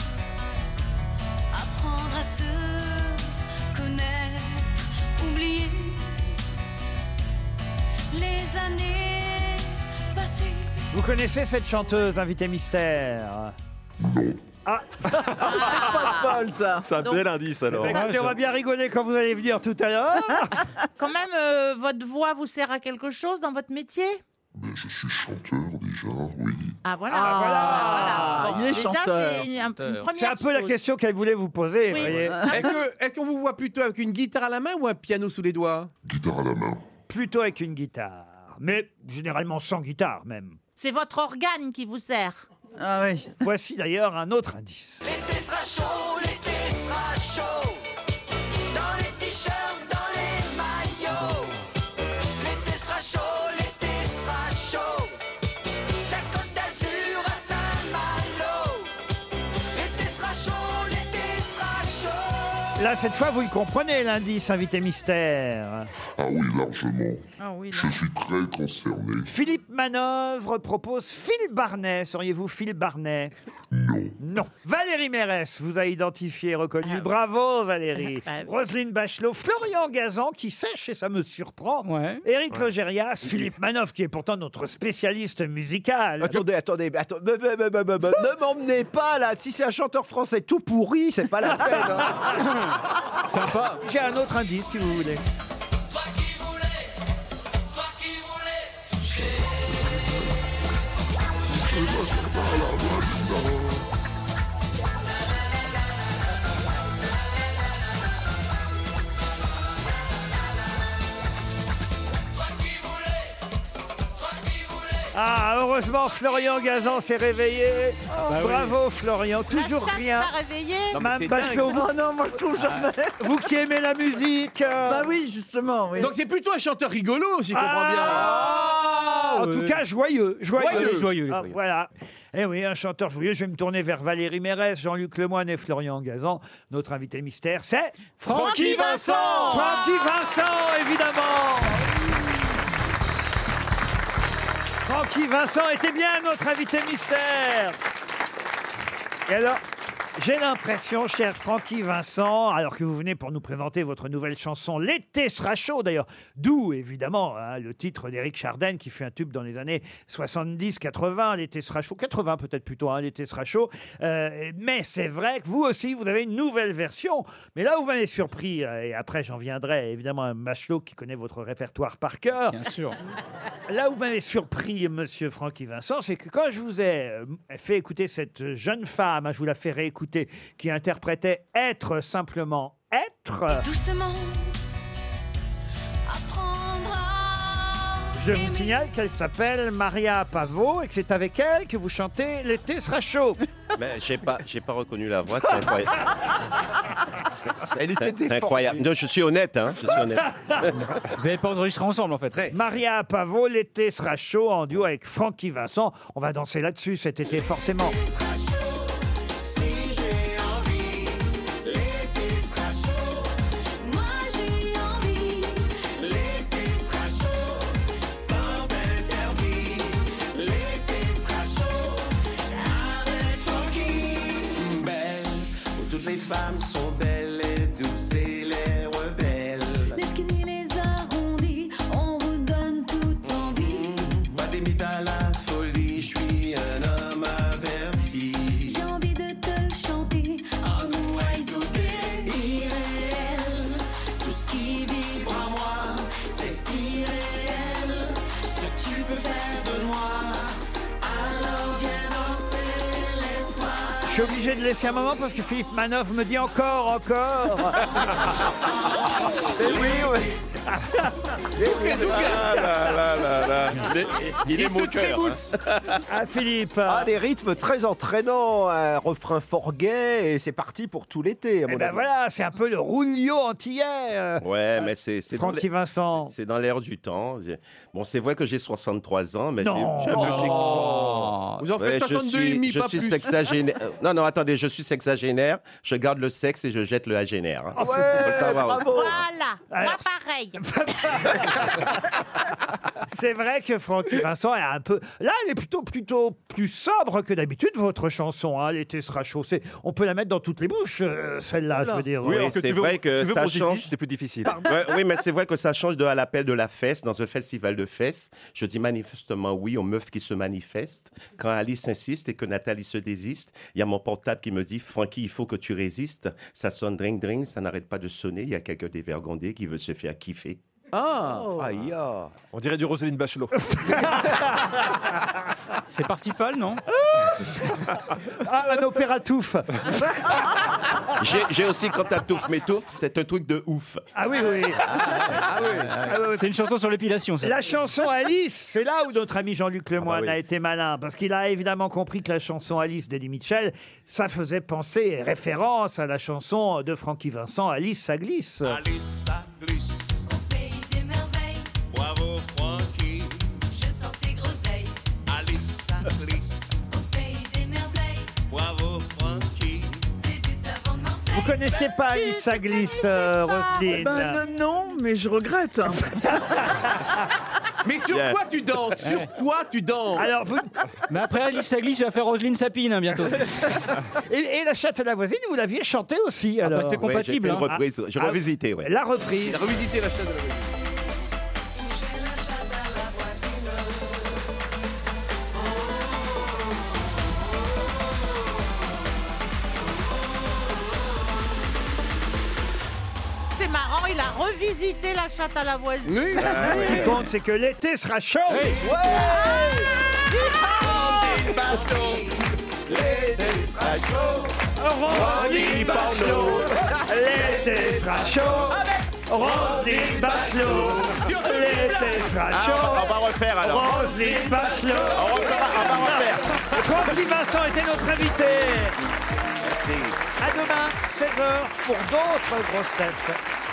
apprendre à se connaître, oublier les années passées. Vous connaissez cette chanteuse, invité mystère? Ah. Pas de bol, ça. C'est un bel indice alors. Écoutez, on va bien rigoler quand vous allez venir tout à l'heure. Quand même, votre voix vous sert à quelque chose dans votre métier? Mais je suis chanteur déjà, oui. Ah voilà. Ah, Bon, il est déjà, chanteur. c'est une première C'est un peu la chose. question qu'elle voulait vous poser. Oui. Vous voyez. Est-ce qu'on vous voit plutôt avec une guitare à la main ou un piano sous les doigts? Guitare à la main. Plutôt avec une guitare, mais généralement sans guitare même. C'est votre organe qui vous sert. Ah oui. Voici d'ailleurs un autre indice. L'été sera chaud, l'été sera chaud. Dans les t-shirts, dans les maillots. L'été sera chaud, l'été sera chaud. La Côte d'Azur à Saint-Malo. L'été sera chaud, l'été sera chaud. Là, cette fois, vous le comprenez, l'indice, invité mystère. Ah oui, largement. Ah oui, Je suis très concerné. Philippe Manœuvre propose Phil Barnet. Seriez-vous Phil Barnet? Non. Non. Valérie Mérès vous a identifié et reconnu. Bravo, Valérie. Roselyne Bachelot, Florian Gazan, qui sèche et ça me surprend. Éric Logérias, Philippe Manœuvre, qui est pourtant notre spécialiste musical. Attendez. Ne m'emmenez pas là. Si c'est un chanteur français tout pourri, c'est pas la peine. Hein. Sympa. J'ai un autre indice, si vous voulez. Ah, heureusement, Florian Gazan s'est réveillé. Bravo, Florian. Toujours La chatte rien. t'a réveillé? Mme Bachelot, vous, Oh non, moi je trouve jamais. vous qui aimez la musique. Bah oui, justement, oui. Donc c'est plutôt un chanteur rigolo, si je comprends bien. En tout cas, joyeux. Joyeux. Ah, voilà. Eh oui, un chanteur joyeux. Je vais me tourner vers Valérie Mérès, Jean-Luc Lemoyne et Florian Gazan. Notre invité mystère, c'est Francky Vincent. Francky Vincent, évidemment. Francky Vincent était bien notre invité mystère. Et alors, J'ai l'impression, cher Francky Vincent, alors que vous venez pour nous présenter votre nouvelle chanson « L'été sera chaud », d'ailleurs, d'où évidemment le titre d'Éric Chardin qui fut un tube dans les années 70-80, « L'été sera chaud », 80 peut-être plutôt, « L'été sera chaud ». Mais c'est vrai que vous aussi, vous avez une nouvelle version. Mais là où vous m'avez surpris, et après j'en viendrai évidemment à Bachelot qui connaît votre répertoire par cœur. Bien sûr. Là où vous m'avez surpris, monsieur Francky Vincent, c'est que quand je vous ai fait écouter cette jeune femme, je vous la fais réécouter, qui interprétait « Être simplement être ». Doucement, apprendre à Je vous signale qu'elle s'appelle Maria Pavot et que c'est avec elle que vous chantez « L'été sera chaud ». Mais j'ai pas reconnu la voix, c'est incroyable. C'est incroyable. Non, je suis honnête, hein. Je suis honnête. Vous n'avez pas enregistré ensemble, en fait. Maria Pavot, « L'été sera chaud » en duo avec Francky Vincent. On va danser là-dessus cet été, forcément. Les femmes sont belles et douces et les rebelles. Les skinny, les arrondis, on vous donne toute envie. Pas des mythes à la folie, je suis un homme averti. J'ai envie de te le chanter, en nous irréel. Tout ce qui vibre en moi, c'est irréel. Ce que tu peux faire de moi, alors viens danser, laisse-moi. Je suis obligé de laisser un moment parce que Philippe Manoff me dit encore. Et oui. Il est mon cœur. Ah, Philippe. Ah, des rythmes très entraînants, un refrain fort gai, et c'est parti pour tout l'été. Et ben voilà, c'est un peu le rouleau antillais. Ouais, mais c'est Francky Vincent. C'est dans l'air du temps. Bon, c'est vrai que j'ai 63 ans, mais non. j'ai un public. Vous en faites 62 et demi, je pas suis plus. sexagénaire. Non, attendez, je suis sexagénaire. Je garde le sexe et je jette le agénaire. Hein. Ouais, Faut le savoir aussi. Voilà, moi Alors, pareil. C'est vrai que Francky Vincent est un peu... Là, elle est plutôt plus sobre que d'habitude, votre chanson. Hein, L'été sera chaud. On peut la mettre dans toutes les bouches, celle-là, je veux dire. Oui, c'est vrai que ça change. c'était plus difficile. Oui, mais c'est vrai que ça change de à l'appel de la fesse dans un festival de fesses. Je dis manifestement oui aux meufs qui se manifestent. Quand Alice insiste et que Nathalie se désiste, il y a mon portable qui me dit « Francky, il faut que tu résistes ». Ça sonne dring dring, ça n'arrête pas de sonner. Il y a quelqu'un dévergondé qui veut se faire kiffer. Ah, Aïe, ah. On dirait du Roselyne Bachelot. C'est Parsifal, non? Ah, un opéra touffe. J'ai aussi quand ta touffe m'étouffe, c'est un truc de ouf. Ah oui. C'est une chanson sur l'épilation, ça. La chanson Alice, c'est là où notre ami Jean-Luc Lemoyne a été malin, parce qu'il a évidemment compris que la chanson Alice d'Eddie Mitchell, ça faisait penser, référence à la chanson de Francky Vincent, Alice, ça glisse. Alice, ça glisse. Au pays des merveilles. Bravo, Francky. Je sens tes groseilles. Alice, ça glisse. Au pays des merveilles. Bravo, Francky. C'est du savon de Marseille. Vous connaissiez pas Alice, ça glisse, Roselyne? Non, mais je regrette. Hein. Mais sur quoi tu danses? Sur quoi tu danses? Alors, Mais après Alice ça glisse, il va faire Roselyne Sapine bientôt. et la chatte à la voisine, vous l'aviez chantée aussi, alors. c'est compatible. J'ai fait une reprise, j'ai revisité, ouais. La reprise. Il a revisité la chaîne de la voisine. C'est marrant, il a revisité la chatte à la voisine. Oui. Ce qui compte, c'est que l'été sera chaud. L'été sera chaud. Roselyne Bachelot. L'été sera chaud. Roselyne Bachelot. L'été sera chaud. On va refaire alors. Roselyne Bachelot. On va refaire. Francky Vincent était notre invité. Merci. À demain, 16h, pour d'autres grosses têtes.